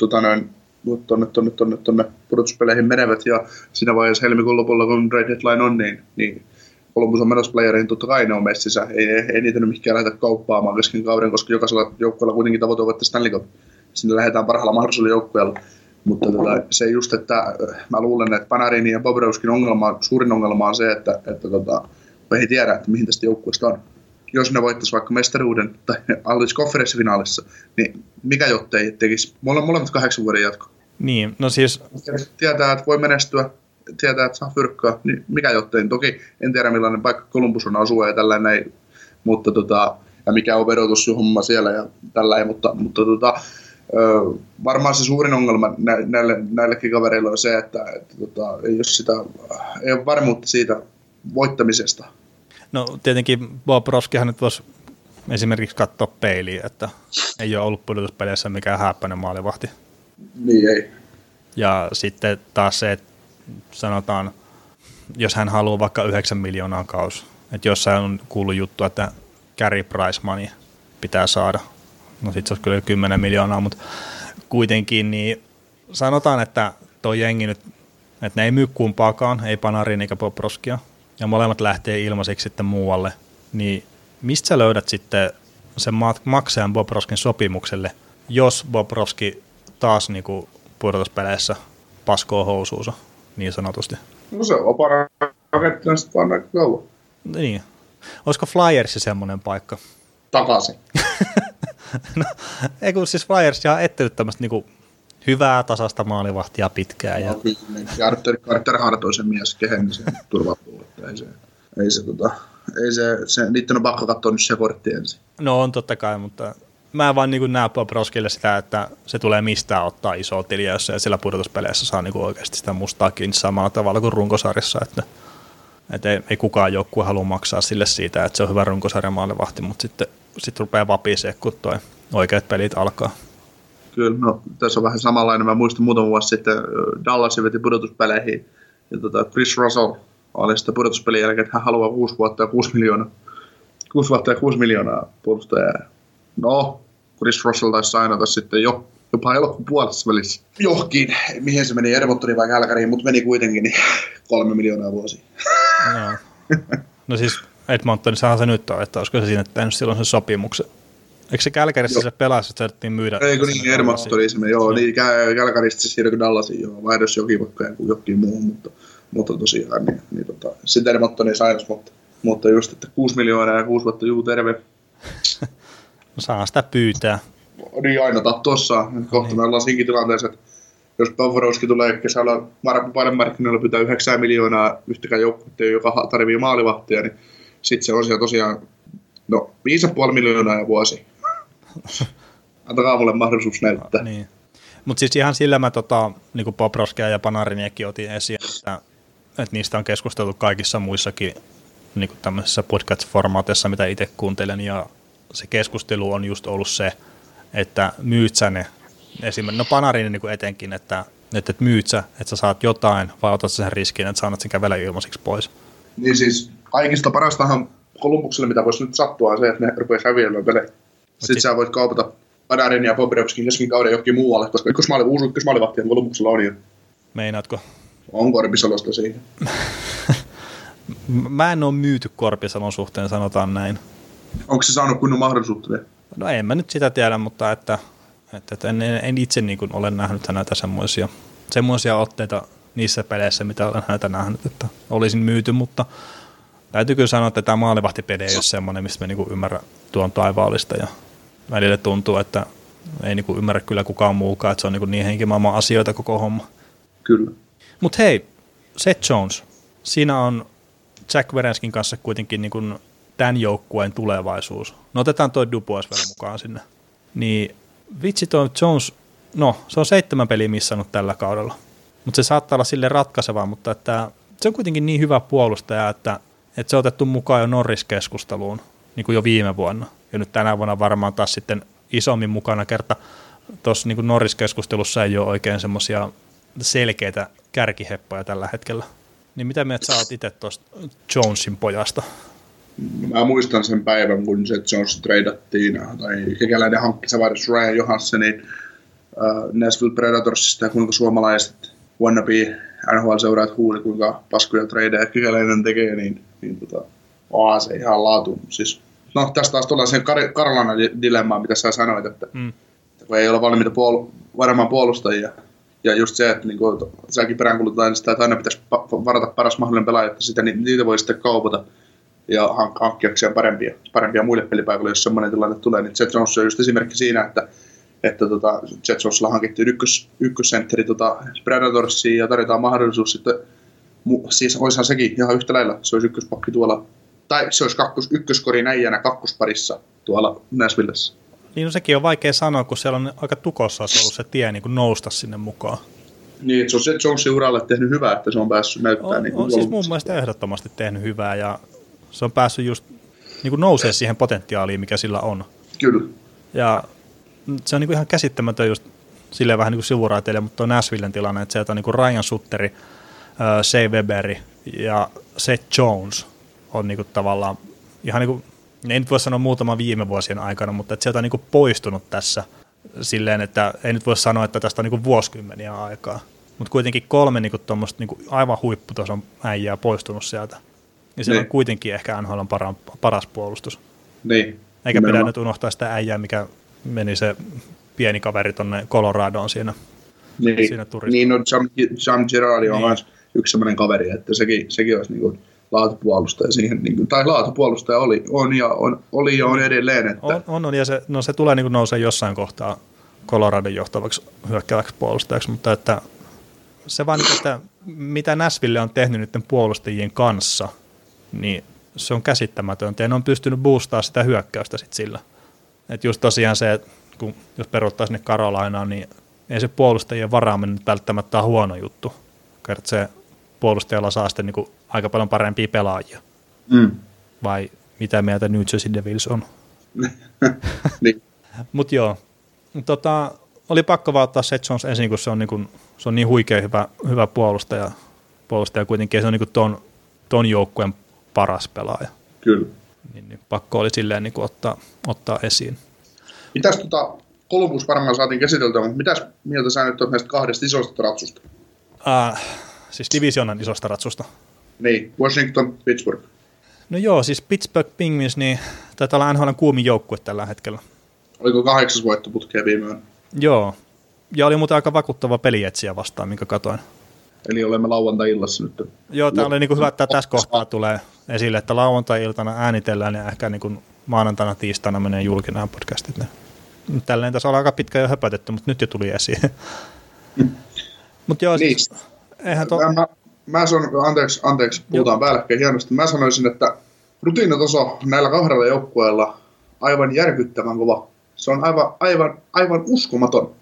tuonne pudotuspeleihin menevät, ja siinä vaiheessa helmikuun lopulla, kun trade deadline on, niin Columbus on menossa playereihin, totta kai ne on messissä. Ei niitä nyt mihinkään lähdetä kauppaamaan kesken kauden, koska jokaisella joukkueella kuitenkin tavoite on Stanley Cup. Sinne lähdetään parhaalla mahdollisella joukkueella. Mutta se just, että mä luulen, että Panarin ja Bobrovskin suurin ongelma on se, että ei tiedä, että mihin tästä joukkueesta on. Jos ne voittaisi vaikka mestaruuden tai olisi konferenssifinaalissa, niin mikä jottei tekisi molemmat 8 vuoden jatko. Niin, no siis... Tietää, että voi menestyä, tietää, että saa fyrkkaa, niin mikä jottei. Toki en tiedä, millainen paikka Columbus on asua ja tällainen, mutta ja mikä on vedotushomma siellä ja tällainen, mutta Varmaan se suurin ongelma näillekin kavereilla on se, että ei ole varmuutta siitä voittamisesta. No tietenkin Bobrovskihan nyt voisi esimerkiksi katsoa peiliin, että ei ole ollut pudotuspeleissä mikään hääppäinen maalivahti. Niin ei. Ja sitten taas se, että sanotaan, jos hän haluaa vaikka 9 miljoonaa kausi, että jossain on kuullut juttu, että carry price money pitää saada. No sit se olisi kyllä 10 miljoonaa, mutta kuitenkin niin sanotaan, että tuo jengi nyt, että ne ei myy kumpaakaan, ei Panarin eikä Bobrovskia, ja molemmat lähtee ilmaiseksi sitten muualle, niin mistä sä löydät sitten sen maksajan Bobrovskin sopimukselle, jos Bobrovski taas niinku pudotuspeleissä paskoo housuunsa, niin sanotusti? No se on rakettina sitten vaan aika kauan. Niin. Olisiko Flyersi semmoinen paikka? Takaisin. No, ei kun siis Flyers ihan ettenyt tämmöistä niinku hyvää tasasta maalivahtia pitkään. No, ja Carter Hart on se mies, kehen se turvautuu. Ei se niitten on pakko katsoa nyt se kortti ensin. No on totta kai, mutta mä en vaan niin näe Bobrovskille sitä, että se tulee mistään ottaa isoa tiliä, jos se siellä pudotuspeleissä saa niin oikeasti sitä mustaa kiinni samalla tavalla kuin runkosarjassa, että ei kukaan joukkue halua maksaa sille siitä, että se on hyvä runkosarjan maalivahti, mutta sitten rupeaa vapisee, kun toi oikeat pelit alkaa. Kyllä, no tässä on vähän samanlainen. Mä muistan muutama vuosi sitten Dallasin veti pudotuspeleihin ja Chris Russell oli sitä pudotuspelin jälkeen, että hän haluaa 6 vuotta ja 6 miljoonaa. 6 vuotta ja 6 miljoonaa puolustajaa. No, Chris Russell taisi sainata sitten jopa elokuun puolessa välissä johonkin. Mihin se meni, Edmontoniin vai Calgaryin, mutta meni kuitenkin niin 3 miljoonaa vuosia. No siis Edmontonissahan se nyt on, että olisiko se siinä tehnyt silloin sen sopimuksen. Eikö se Calgaryssa se pelasi, että se yritettiin myydä? Eikö niin, Edmontoniin se joo, niin Calgarysta se siirtyi Dallasiin, joo, vaihdossa jokin vaikka jokin muuhun, mutta tosiaan, niin sitten Edmontoniin sainas, mutta just, että 6 miljoonaa ja 6 vuotta, juu, terve. No saa sitä pyytää. Niin aina tuossa. Kohta me ollaan siinkin tilanteessa, että jos Bobrovski tulee kesällä markkinoilla pyytää 9 miljoonaa yhtäkään joukkuetta, joka tarvii maalivahtia, niin sitten se on siellä tosiaan 5,5 miljoonaa ja vuosi. Antakaa mulle mahdollisuus näyttää. Niin. Mutta siis ihan sillä mä niin kuin Bobrovskia ja Panariniakin otin esiin, että niistä on keskusteltu kaikissa muissakin niin kuin tämmöisessä podcast-formaateissa, mitä itse kuuntelen, ja se keskustelu on just ollut se, että myyt sä ne, esimerkiksi, no Panarin niin etenkin, että myyt sä, että sä saat jotain, vai otat sen riskin, että sä annat sen kävellä ilmaiseksi pois. Niin siis kaikista parastahan Kolumbukselle, mitä voisi nyt sattua, on se, että ne rupeaisi häviämään pelejä. Sitten sä voit kaupata Panarin ja Bobrovskin kesken kauden johonkin muualle, koska uusi ykkösmaalivahti Kolumbuksella on jo. Meinaatko? On Korpisalosta siinä. Mä en ole myyty Korpisalon suhteen, sanotaan näin. Onko se saanut kunnon mahdollisuutta vielä? No en mä nyt sitä tiedä, mutta että en itse niin kuin ole nähnyt häneltä semmoisia otteita niissä peleissä, mitä olen häneltä nähnyt, että olisin myyty, mutta täytyy kyllä sanoa, että tämä maalivahtipeli ei ole semmoinen, mistä mä niin kuin ymmärrän tuon taivaallista, ja välillä tuntuu, että ei niin kuin ymmärrä kyllä kukaan muukaan, että se on niin henkimaailman asioita koko homma. Kyllä. Mutta hei, Seth Jones, siinä on Jack Werenskin kanssa kuitenkin niin kuin tämän joukkueen tulevaisuus. No otetaan toi Dubois vielä mukaan sinne. Niin vitsi toi Jones, no se on 7 peliä missannut tällä kaudella. Mutta se saattaa olla sille ratkaisevaa, mutta että se on kuitenkin niin hyvä puolustaja, että se on otettu mukaan jo Norris-keskusteluun, niin kuin jo viime vuonna. Ja nyt tänä vuonna varmaan taas sitten isommin mukana kerta. Tuossa niin kuin Norris-keskustelussa ei ole oikein semmoisia selkeitä kärkiheppoja tällä hetkellä. Niin mitä mieltä sä oot itse tuosta Jonesin pojasta? Mä muistan sen päivän, kun se Jones treidattiin, tai kekäläinen hankki Savaris Ryan Johanssonin Nashville Predatorsista, ja kuinka suomalaiset wannabe NHL-seuraat huuli, kuinka paskuja treideja kekäläinen tekee, niin se ihan laatu. Siis, no tästä taas tullaan siihen Carolina-dilemmaan, mitä sä sanoit, että kun ei ole valmiita varmaan puolustajia, ja just se, että niin säkin peräänkulutetaan sitä, että aina pitäisi varata paras mahdollinen pelaaja, että niitä voi sitten kaupata ja hankkiakseen parempia muille pelipaikoille, jos semmoinen tilanne tulee. Niin Seth Jones on just esimerkki siinä, että Seth Jonesilla hankittiin ykkössentteri Predatorsiin ja tarjotaan mahdollisuus sitten, siis olisihan sekin ihan yhtä lailla, se olisi ykköspakki tuolla, tai se olisi ykköskori näijänä kakkosparissa tuolla Nashvillessä. Niin no, sekin on vaikea sanoa, kun siellä on aika tukossa ollut se tie niin kuin nousta sinne mukaan. Niin, se on Seth Jonesin uralle tehnyt hyvää, että se on päässyt näyttämään. On siis mun mielestä ehdottomasti tehnyt hyvää ja se on päässyt just niin kuin nousee siihen potentiaaliin, mikä sillä on. Kyllä. Ja se on niin kuin ihan käsittämätön just silleen vähän niin kuin sivuraiteille, mutta on Nashvillen tilanne, että sieltä on niin kuin Ryan Sutteri, Shea Weberi ja Seth Jones on niin kuin tavallaan ihan niin kuin, ei nyt voi sanoa muutaman viime vuosien aikana, mutta että sieltä on niin kuin poistunut tässä silleen, että ei nyt voi sanoa, että tästä on niin kuin vuosikymmeniä aikaa. Mutta kuitenkin 3 niin kuin tuommoista niin kuin aivan huipputason äijää poistunut sieltä. Ja siellä on kuitenkin ehkä NHL:n paras puolustus. Niin. Eikä pidä nyt unohtaa sitä äijää, mikä meni se pieni kaveri tuonne Coloradoon siinä turissa. Niin, no Sam Girardi on myös yksi sellainen kaveri, että sekin olisi niin laatupuolustaja siihen, niin kuin, tai laatupuolustaja oli ja on edelleen. Että On ja se tulee niin nousee jossain kohtaa Coloradon johtavaksi hyökkääväksi puolustajaksi, mutta että se vaan, että mitä Nashville on tehnyt niiden puolustajien kanssa, niin se on käsittämätöntä ja ne on pystynyt boostaamaan sitä hyökkäystä sitten sillä. Että just tosiaan se, että jos peruuttaa sinne Carolinaan, niin ei se puolustajien varaaminen välttämättä ole huono juttu. Kertaa se puolustajalla saa sitten niin kuin aika paljon parempia pelaajia. Vai mitä mieltä New Jersey Devils on? Niin. Mutta joo, oli pakko vaan ottaa Seth Jones ensin, kun se on niin huikea hyvä puolustaja kuitenkin, ja se on niin ton joukkueen paras pelaaja. Kyllä. Niin pakko oli silleen niin ottaa esiin. Mitäs Columbus varmaan saatiin käsiteltyä, mutta mitäs mieltä sä nyt olet näistä 2 isosta ratsusta? Siis divisionan isosta ratsusta. Niin, Washington, Pittsburgh. No joo, siis Pittsburgh Penguins, niin taitaa olla NHL:n kuumin joukkue tällä hetkellä. Oliko 8 voittoputkea viime yönä? Joo, ja oli muuten aika vakuuttava pelietsiä vastaan, minkä katoin. Eli olemme lauantai-illassa nyt. Joo, tämä oli niin hyvä, että tässä kohtaa tulee esille, että lauantai-iltana äänitellään ja ehkä niin maanantaina, tiistaina menee julki nämä podcastit. Tälleen tässä on aika pitkä jo höpötetty, mutta nyt jo tuli esiin. Mutta joo, niin. Siis, eihän mä sanon, anteeksi, puhutaan päällekkäin hienosti. Mä sanoisin, että rutiinitaso näillä 2 joukkueella aivan järkyttävän kova. Se on aivan uskomaton.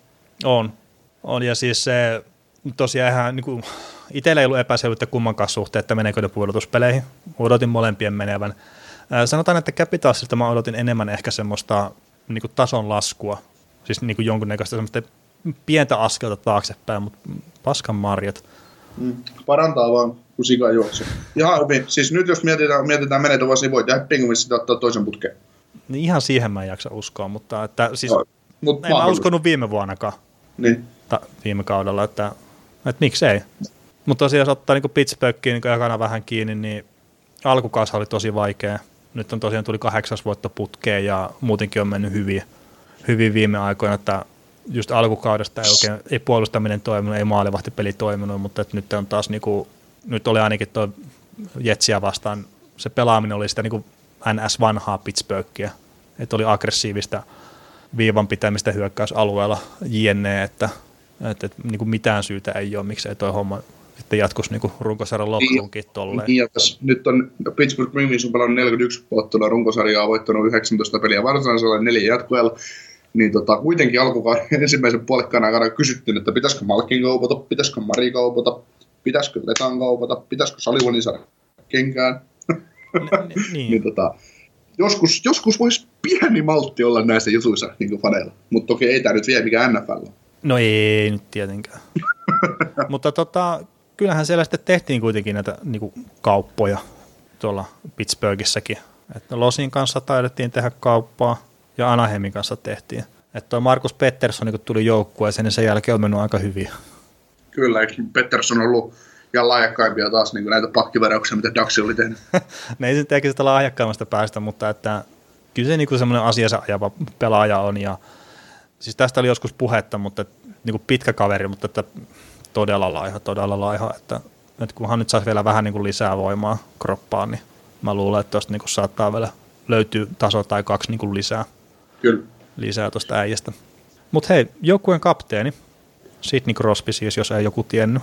On, ja siis se tosiaan ihan niin itsellä ei ollut epäselvyyttä kummankaan suhteen, että meneekö ne pudotuspeleihin. Odotin molempien menevän. Sanotaan, että Capitalsista mä odotin enemmän ehkä semmoista niin kuin tason laskua, siis niin kuin jonkunnäköistä semmoista pientä askelta taaksepäin, mutta paskan marjat. Parantaa vaan, kun sika juoksee. Ihan hyvin. Siis nyt jos mietitään menetävästi, niin voi tehdä Penguinsista ottaa toisen putkeen. Niin ihan siihen mä en jaksa uskoa, mutta että siis en mä uskonut viime vuonnakaan. Niin. Viime kaudella, että miksei. Mutta tosiaan jos ottaa niin Pittsburghiin niin jakana vähän kiinni, niin alkukausi oli tosi vaikea. Nyt on tosiaan tuli 8 vuotta putkeen ja muutenkin on mennyt hyvin viime aikoina, että just alkukaudesta ei puolustaminen toiminut, ei maalivahtipeli toiminut, mutta että nyt on taas nyt oli ainakin tuo Jetsiä vastaan, se pelaaminen oli sitä NS-vanhaa Pittsburghia, että oli aggressiivista viivan pitämistä hyökkäysalueella jne, että mitään syytä ei ole, miksei toi homma sitten jatkuisi runkosarjan loppuunkin tolleen. Niin, nyt on Pittsburgh Penguins on pelannut 41 ottelua runkosarjaa, voittanut 19 peliä varsinaisella 4 jatkoajalla. Niin kuitenkin alkukauden ensimmäisen puolikkaan aikana kysyttiin, että pitäisikö Malkin kaupata, pitäisikö Mari kaupata, pitäisikö Letan kaupata, pitäisikö Sullivanin saada kenkään. niin joskus voisi pieni maltti olla näissä jutuissa niin faneilla, mutta toki ei tämä nyt vie mikään NFL. No ei nyt tietenkään. Mutta kyllähän siellä sitten tehtiin kuitenkin näitä kauppoja tuolla Pittsburghissäkin. Että Losin kanssa taidettiin tehdä kauppaa ja Anaheimin kanssa tehtiin. Että toi Markus Pettersson tuli joukkueeseen, niin sen jälkeen on mennyt aika hyvin. Kyllä, Pettersson on ollut ihan lahjakkaimpia taas näitä pakkivarauksia, mitä Daxi oli tehnyt. Ne ei sitten ehkä sitä lahjakkaimmasta päästä, mutta että kyllä se semmoinen asiansa ajava pelaaja on. Ja, siis tästä oli joskus puhetta, mutta pitkä kaveri, mutta että todella laiha. Että kunhan nyt saisi vielä vähän lisää voimaa kroppaan, niin mä luulen, että tuosta saattaa vielä löytyy taso tai 2 lisää. Kyllä. Lisää tuosta äijästä. Mutta hei, joukkueen kapteeni, Sidney Crosby siis, jos ei joku tiennyt.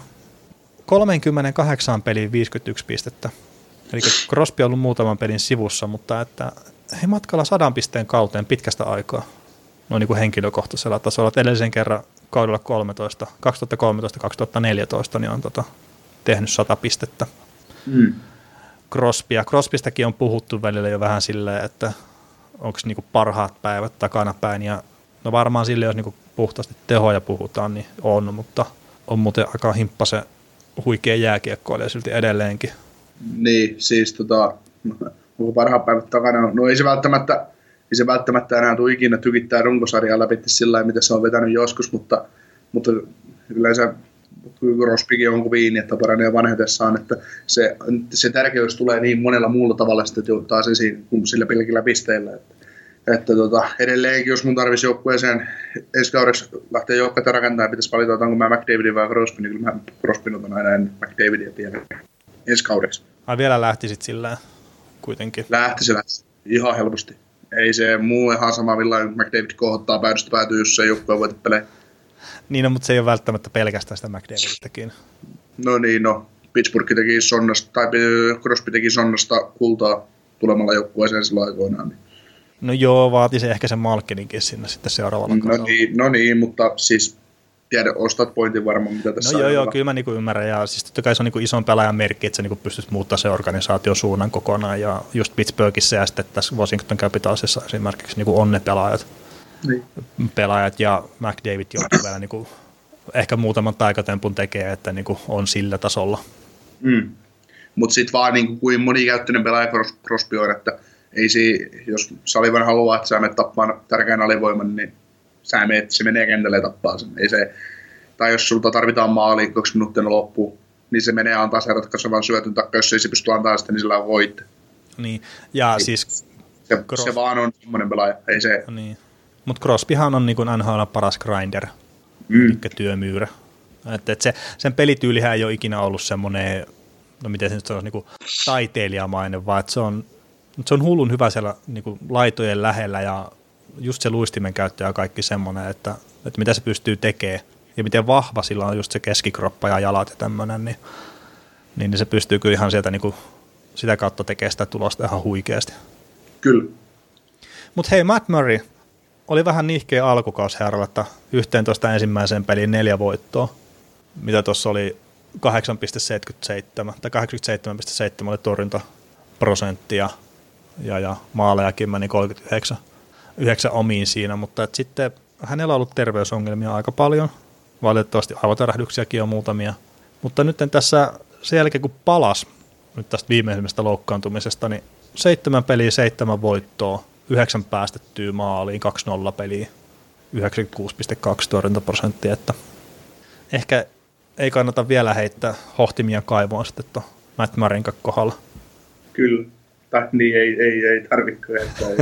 38 peliin 51 pistettä. Eli Crosby on ollut muutaman pelin sivussa, mutta että he matkalla 100 pisteen kauteen pitkästä aikaa. noin niin kuin henkilökohtaisella tasolla. Et edellisen kerran kaudella 2013-2014 niin on tehnyt 100 pistettä. Crosbystäkin on puhuttu välillä jo vähän silleen, että onko niinku parhaat päivät takana päin. Ja no varmaan sille, jos niinku puhtaasti tehoja puhutaan, niin on, mutta on muuten aika himppasen huikea jääkiekkoilija silti edelleenkin. Niin, siis onko parhaat päivät takana? No ei se välttämättä enää tule ikinä tykittää runkosarjaa läpi sillä lailla, mitä se on vetänyt joskus, mutta yleensä Crosbykin on kuin viini, että paranee vanhetessaan, että se tärkeys tulee niin monella muulla tavalla sitten taas esiin kuin sillä pelkillä pisteillä. Että edelleenkin, jos mun tarvitsisi joukkueeseen ensi kaudeksi lähteä joukkueita rakentamaan ja pitäisi valita, onko mä McDavidin vai Crosby, niin kyllä mä Crosbyn otan aina ennen McDavidia vielä ensi kaudeksi. Ai vielä lähtisit sillä kuitenkin? Lähtisi ihan helposti. Ei se muu ihan sama, millainen McDavid kohottaa päädystä päätyy, jos se ei joukkue voita pelejä. Niin, no, mutta se ei ole välttämättä pelkästään sitä McDavidistäkin. No niin, Pittsburgh teki sonnasta, tai Crosby teki sonnasta kultaa tulemalla joukkueeseen silloin aikoinaan. Niin. No joo, vaati se ehkä sen Malkininkin sinne sitten seuraavalla kaudella. No niin, mutta siis ostat pointin varmaan, mitä tässä on. Joo, kyllä mä niinku ymmärrän. Ja siis totta kai se on niinku ison pelaajan merkki, että se niinku pystyisi muuttaa se organisaation suunnan kokonaan. Ja just Pittsburghissa ja sitten tässä Washington Capitalsissa esimerkiksi niinku onnepelaajat. Niin. Pelaajat ja McDavid joutuu vielä niinku, ehkä muutaman taikatempun tekee, että niinku on sillä tasolla. Mutta sitten vaan niinku, kuin monikäyttöinen pelaaja Crosby on, että jos Sullivan haluaa, että sä menet tappaan tärkeän alivoiman, niin se menee kentälle ja tappaa sen. Tai jos sulta tarvitaan maali 2 minuuttia loppuun, niin se menee antaa sen ratkaisevan syötyn takia, jos ei se pysty antaa sitä, niin sillä on voitte. Niin, ja siis se vaan on semmoinen pelaaja, ei se. Niin. Mutta Crosbyhan on niin NHL paras grinder, eli työmyyrä. Sen pelityylihän ei ole ikinä ollut semmoinen, no miten se nyt on, niin taiteilijamainen, vaan että se on hullun hyvä siellä niin laitojen lähellä ja just se luistimen käyttö ja kaikki semmoinen, että mitä se pystyy tekemään ja miten vahva sillä on just se keskikroppa ja jalat ja tämmöinen, niin se pystyy kyllä ihan sieltä niin sitä kautta tekemään sitä tulosta ihan huikeasti. Kyllä. Mutta hei, Matt Murray oli vähän nihkeä alkukausi herralla, että 11 ensimmäiseen peliin 4 voittoa, mitä tuossa oli 8,77 tai 87,7 oli torjuntaprosenttia ja maalejakin meni 39 omiin siinä, mutta sitten hänellä on ollut terveysongelmia aika paljon, valitettavasti aivotärähdyksiäkin on muutamia, mutta nyt tässä sen jälkeen kun palasi nyt tästä viimeisimmästä loukkaantumisesta, niin 7 peliä, 7 voittoa, 9 päästettyä maaliin, 2-0 peliä, 96,2 torjuntaprosenttia, että ehkä ei kannata vielä heittää hohtimia kaivoon sitten Matt Murrayn kohdalla. Kyllä, niin ei tarvitse, että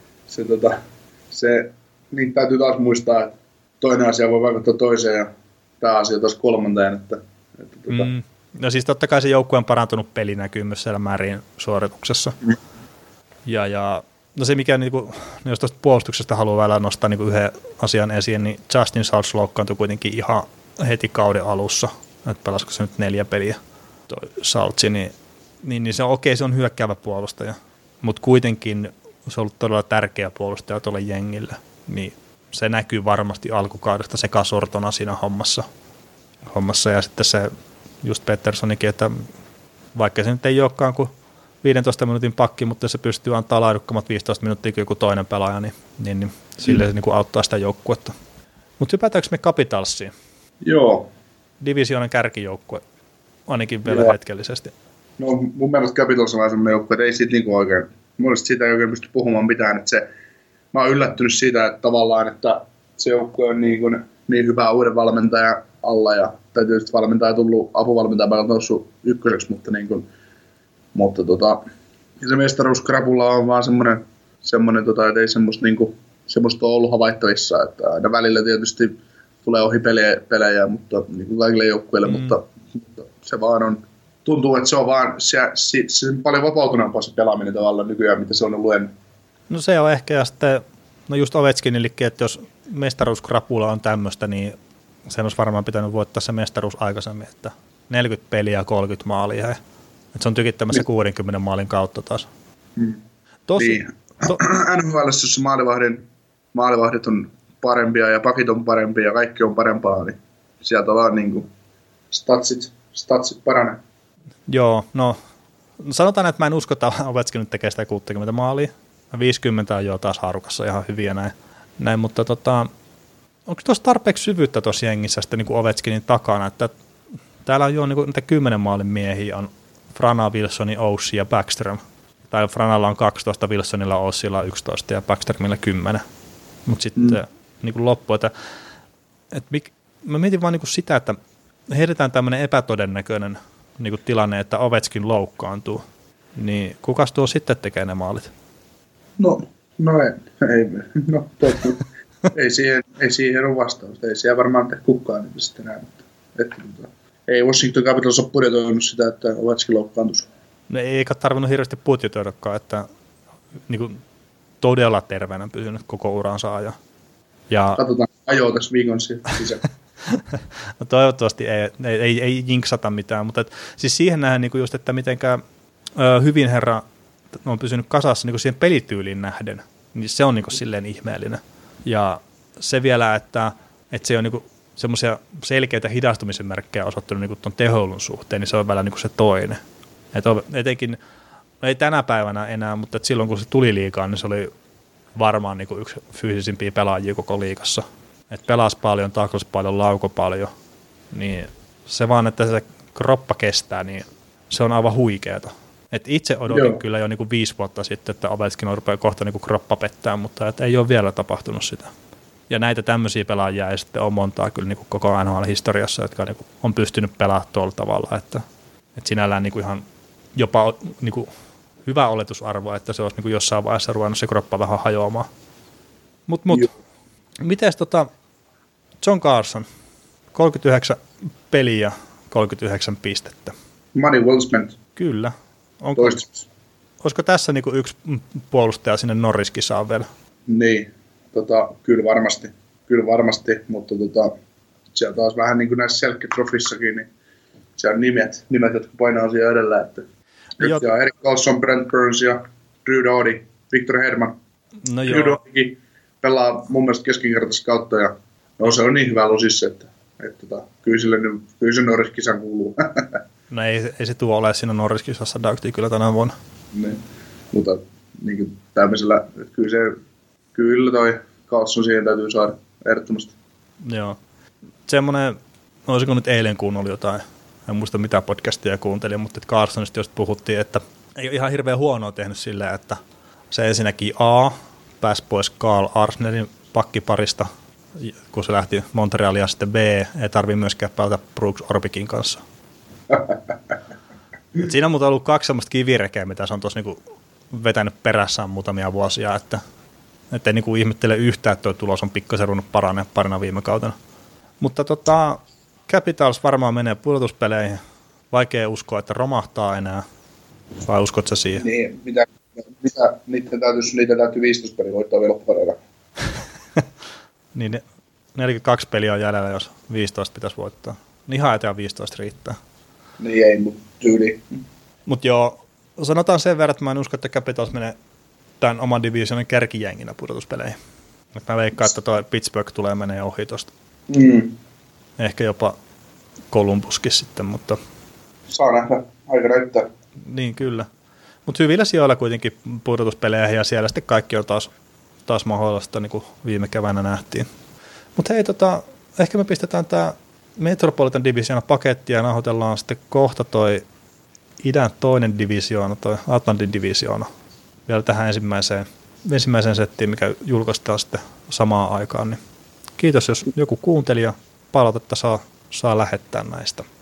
se niin täytyy taas muistaa, että toinen asia voi vaikuttaa toiseen ja tämä asia taas kolmanteen. No siis totta kai se joukkue on parantunut peli näkyy myös siellä Murrayn suorituksessa. Ja no se mikä, niinku, jos tuosta puolustuksesta haluaa vielä nostaa niinku yhden asian esiin, niin Justin Schultz loukkaantui kuitenkin ihan heti kauden alussa, että pelasiko se nyt 4 peliä toi Schultz, niin se on okei, se on hyökkäävä puolustaja, mutta kuitenkin se on ollut todella tärkeä puolustaja tuolle jengille, niin se näkyy varmasti alkukaudesta sekasortona siinä hommassa ja sitten se just Petterssonikin, että vaikka se nyt ei olekaan kuin 15 minuutin pakki, mutta se pystyy antaa laadukkamat 15 minuuttia kuin joku toinen pelaaja, niin sille se niin kuin auttaa sitä joukkuetta. Mutta hypätäänkö me Capitalsiin? Joo. Divisioonan kärkijoukkue, ainakin vielä hetkellisesti. No mun mielestä Capitals on sellainen joukkue, että ei siitä niinku oikein, mielestäni siitä ei oikein pysty puhumaan mitään. Että mä oon yllättynyt siitä, että tavallaan, että se joukkue on niin hyvä uuden valmentajan alla, ja tietysti valmentaja tullut, apuvalmentaja on noussut ykköseksi, mutta se mestaruuskrapulla on vaan semmoinen että ei semmoista ole ollut havaittavissa, että aina välillä tietysti tulee ohi pelejä mutta niin kuin kaikille joukkueille, mutta se vaan on, tuntuu, että se on vaan se on paljon vapautuneempaa se pelaaminen tavallaan nykyään, mitä se on ollut ennen. No se on ehkä, ja sitten, no just Ovechkinillekin, että jos mestaruuskrapula on tämmöistä, niin sen olisi varmaan pitänyt voittaa se mestaruus aikaisemmin, että 40 peliä ja 30 maalia, että se on tykittämässä 60 maalin kautta taas. Niin. NHL:ssä, jossa maalivahdit on parempia ja pakit on parempia ja kaikki on parempaa, niin sieltä vaan niinku statsit paranee. Joo, no sanotaan, että mä en usko, että Ovechkin nyt tekee sitä 60 maalia. 50 on jo taas haarukassa ihan hyviä näin mutta onko tuossa tarpeeksi syvyyttä tuossa jengissä sitten niin kuin Ovechkinin takana, että täällä on jo niin kuin, niitä 10 maalin miehiä, on Frana, Wilsoni, Oussi ja Backstrom. Tai Franalla on 12, Wilsonilla, Oussilla 11 ja Backstromilla 10. Mutta sitten niin kuin loppu, että mä mietin vaan niin kuin sitä, että heitetään tämmöinen epätodennäköinen niin kuin tilanne, että Ovechkin loukkaantuu, niin kukas tuo sitten tekee ne maalit? Ei siihen ole vastausta. Ei siellä varmaan tee kukaan niitä sitten näin. Ei Washington Capitals ole budjetoinut sitä, että Ovechkin loukkaantuisi. No eikä tarvinnut hirveästi budjetoidakaan, että niin kuin todella terveenä pysynyt koko uransa ajan. Katsotaan ajoa tässä viikon sisään. No toivottavasti ei jinksata mitään, mutta siis siihen nähdään niin just, että mitenkä hyvin herra on pysynyt kasassa niin siihen pelityyliin nähden, niin se on niin silleen ihmeellinen. Ja se vielä, että se on niin semmoisia selkeitä hidastumisen merkkejä osoittanut niin tuon tehoilun suhteen, niin se on vielä niin se toinen. Etenkin, no ei tänä päivänä enää, mutta silloin kun se tuli liigaan, niin se oli varmaan niin yksi fyysisimpiä pelaajia koko liigassa. Että pelasi paljon, taklasi paljon, lauko paljon, niin se vaan, että se kroppa kestää, niin se on aivan huikeeta. Et itse odotin kyllä jo niin 5 vuotta sitten, että Ovechkin rupeaa kohta niin kroppa pettää, mutta et ei ole vielä tapahtunut sitä. Ja näitä tämmöisiä pelaajia ei sitten ole montaa kyllä niin koko NHL-historiassa, jotka niin on pystynyt pelaamaan tuolla tavalla, että sinällään niin ihan jopa niin hyvä oletusarvo, että se olisi niin jossain vaiheessa ruvennut se kroppa vähän hajoamaan. Mites John Carlson, 39 peliä, 39 pistettä. Money well spent. Kyllä. Olisiko tässä niinku yksi puolustaja sinne Norriskisaan vielä? Niin, kyllä varmasti, mutta siellä taas vähän niin kuin näissä Selke-trofissakin, niin siellä on nimet, jotka painaa siellä edellä, että ja Erik Karlsson, Brent Burns ja Drew Doughty, Victor Hedman. No Drew Doughtykin pelaa mun mielestä keskinkertaista kautta ja se on niin hyvä losissa, että kyllä se Norriskisaan kuuluu. No ei se tuo ole siinä Norriskisassa Doughty kyllä tänä vuonna. Niin, mutta niin tämmöisellä, että kyllä toi Karlsson siihen täytyy saada ehdottomasti. Joo. Semmoinen, olisiko nyt eilen kuunnellut jotain, en muista mitä podcastia kuuntelin, mutta Carlsonista just puhuttiin, että ei ole ihan hirveän huonoa tehnyt silleen, että se ensinnäkin pääsi pois Carl Arsnerin pakkiparista, kun se lähti Montrealiin, ja sitten B, ei tarvitse myöskään pelata Brooks Orbikin kanssa. Siinä on muuten ollut 2 semmoista kivirekeä, mitä se on tuossa niinku vetänyt perässään muutamia vuosia, että ei niinku ihmettele yhtään, että tuo tulos on pikkasen ruvennut paranee parina viime kautena. Mutta Capitals varmaan menee pudotuspeleihin. Vaikea uskoa, että romahtaa enää. Vai uskotko sä siihen? Niin, mitä niitä täytyy 15 peliä voittaa vielä loppupereillä. Niin 42 peliä on jäljellä, jos 15 pitäisi voittaa. Ihan eteen 15 riittää. Niin ei, mutta tyyli. Mutta joo, sanotaan sen verran, että mä en usko, että Capitals menee tämän oman divisionin kärkijänginä pudotuspeleihin. Mä veikkaan, että toi Pittsburgh tulee menee ohi tosta. Ehkä jopa Columbuskin sitten, mutta... Saa nähdä, aika näyttää. Niin, kyllä. Mutta hyvillä sijoilla kuitenkin pudotuspeleihin ja siellä sitten kaikki on taas mahdollista, niin kuin viime keväänä nähtiin. Mutta hei, ehkä me pistetään tämä Metropolitan Division paketti ja nauhoitellaan sitten kohta toi idän toinen divisioona, toi Atlantin divisioona, vielä tähän ensimmäiseen settiin, mikä julkaistaan sitten samaan aikaan. Niin kiitos, jos joku kuunteli ja palautetta saa lähettää näistä.